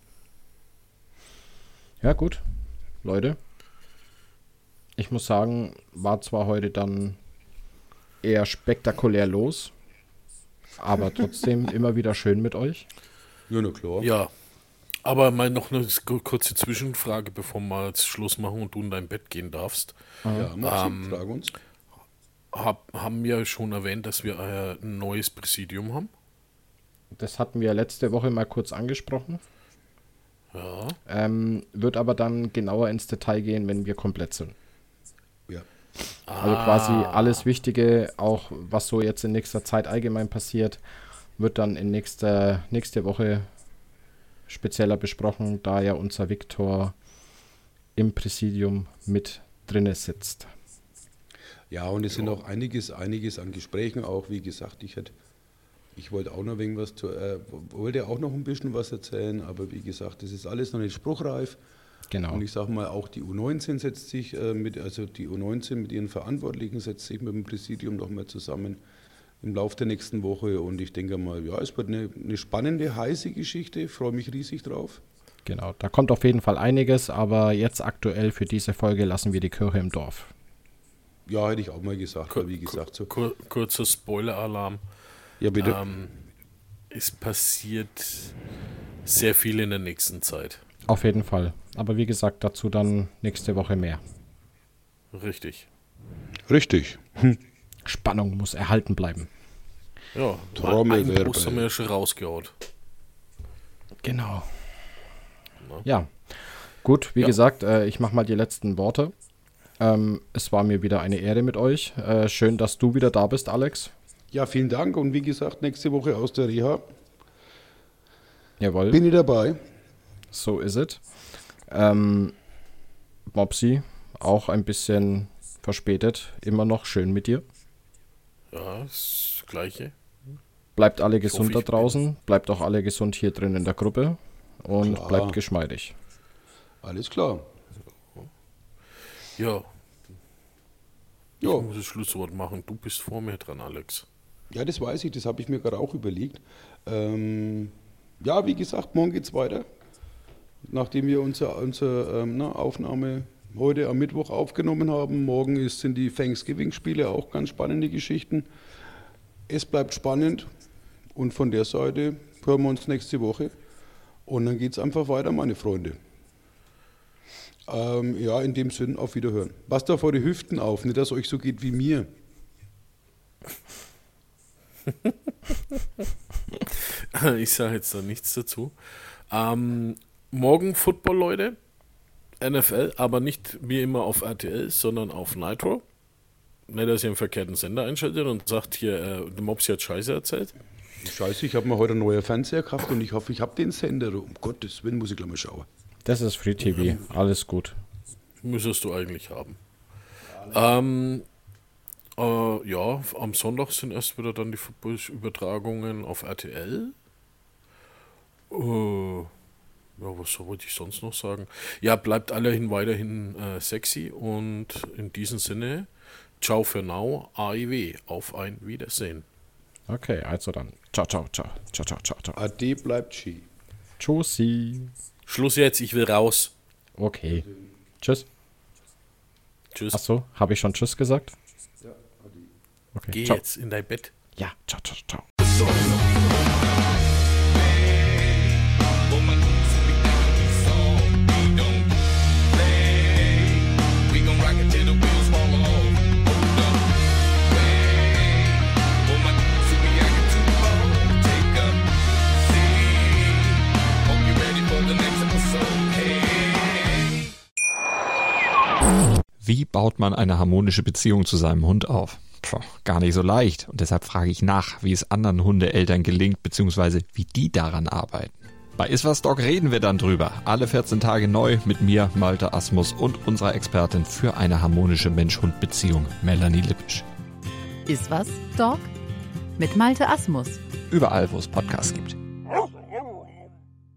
Ja, gut. Leute. Ich muss sagen, war zwar heute dann eher spektakulär los, aber trotzdem immer wieder schön mit euch. Ja, na klar. ja. Aber mal noch eine kurze Zwischenfrage, bevor wir jetzt Schluss machen und du in dein Bett gehen darfst. Ja, Maxi, Ähm, frag uns. Hab, haben wir schon erwähnt, dass wir äh, ein neues Präsidium haben? Das hatten wir letzte Woche mal kurz angesprochen. Ja. Ähm, wird aber dann genauer ins Detail gehen, wenn wir komplett sind. Ja. Also quasi alles Wichtige, auch was so jetzt in nächster Zeit allgemein passiert, wird dann in nächster nächste Woche spezieller besprochen, da ja unser Viktor im Präsidium mit drinne sitzt. Ja, und es sind auch einiges, einiges an Gesprächen auch. Wie gesagt, ich hätte, ich wollte auch noch irgendwas zu, äh, wollte auch noch ein bisschen was erzählen, aber wie gesagt, das ist alles noch nicht spruchreif. Genau. Und ich sage mal, auch die U neunzehn setzt sich äh, mit, also die U neunzehn mit ihren Verantwortlichen setzt sich mit dem Präsidium nochmal zusammen im Laufe der nächsten Woche. Und ich denke mal, ja, es wird eine, eine spannende, heiße Geschichte. Ich freue mich riesig drauf. Genau, da kommt auf jeden Fall einiges, aber jetzt aktuell für diese Folge lassen wir die Kirche im Dorf. Ja, hätte ich auch mal gesagt, weil wie gesagt, so. Kur kurzer Spoiler-Alarm. Ja, bitte. Ähm, es passiert sehr viel in der nächsten Zeit. Auf jeden Fall. Aber wie gesagt, dazu dann nächste Woche mehr. Richtig. Richtig. Hm. Spannung muss erhalten bleiben. Ja, Trommelwirbel. einen Post haben wir ja schon rausgehauen. Genau. Na? Ja, gut, wie Ja. gesagt, äh, ich mache mal die letzten Worte. Ähm, es war mir wieder eine Ehre mit euch. Äh, schön, dass du wieder da bist, Alex. Ja, vielen Dank und wie gesagt, nächste Woche aus der Reha Jawohl, bin ich dabei. so ist es. Ähm, Mopsi, auch ein bisschen verspätet, immer noch schön mit dir. Ja, das Gleiche. Bleibt alle hoffe, gesund ich da bin- draußen, bleibt auch alle gesund hier drin in der Gruppe und Klar. bleibt geschmeidig. Alles klar. Ja, ich Ja. muss das Schlusswort machen. Du bist vor mir dran, Alex. Ja, das weiß ich, das habe ich mir gerade auch überlegt. Ähm, ja, wie gesagt, morgen geht's weiter. Nachdem wir unsere, unsere ähm, na, Aufnahme heute am Mittwoch aufgenommen haben, morgen ist, sind die Thanksgiving-Spiele, auch ganz spannende Geschichten. Es bleibt spannend und von der Seite hören wir uns nächste Woche und dann geht's einfach weiter, meine Freunde. Ähm, ja, in dem Sinn, auf Wiederhören. Passt auf eure Hüften auf, nicht dass es euch so geht wie mir. Ich sage jetzt da nichts dazu. Ähm, morgen Football, Leute. N F L, aber nicht wie immer auf R T L, sondern auf Nitro. Nicht, dass ihr einen verkehrten Sender einschaltet und sagt hier, äh, der Mopsi hat Scheiße erzählt. Scheiße, ich habe mir heute einen neuen Fernseher gekauft und ich hoffe, ich habe den Sender. Um Gottes Willen muss ich gleich mal schauen. Das ist Free T V, alles gut. Müsstest du eigentlich haben. Ähm, äh, ja, am Sonntag sind erst wieder dann die Football-Übertragungen auf R T L. Äh, ja, was wollte ich sonst noch sagen? Ja, bleibt allehin weiterhin äh, sexy und in diesem Sinne, ciao für now, A I W, auf ein Wiedersehen. Okay, also dann. Ciao, ciao, ciao. Ciao, ciao, ciao, ciao. Ade bleibt Ski. Tschüssi. Schluss jetzt, ich will raus. Okay. Tschüss. Tschüss. Achso, habe ich schon Tschüss gesagt? Okay, Geh ciao. jetzt in dein Bett. Ja, ciao, ciao, ciao. Wie baut man eine harmonische Beziehung zu seinem Hund auf? Puh, gar nicht so leicht. Und deshalb frage ich nach, wie es anderen Hundeeltern gelingt, beziehungsweise wie die daran arbeiten. Bei Iswas Dog reden wir dann drüber. Alle vierzehn Tage neu mit mir, Malte Asmus und unserer Expertin für eine harmonische Mensch-Hund-Beziehung, Melanie Lippisch. Iswas Dog mit Malte Asmus. Überall, wo es Podcasts gibt.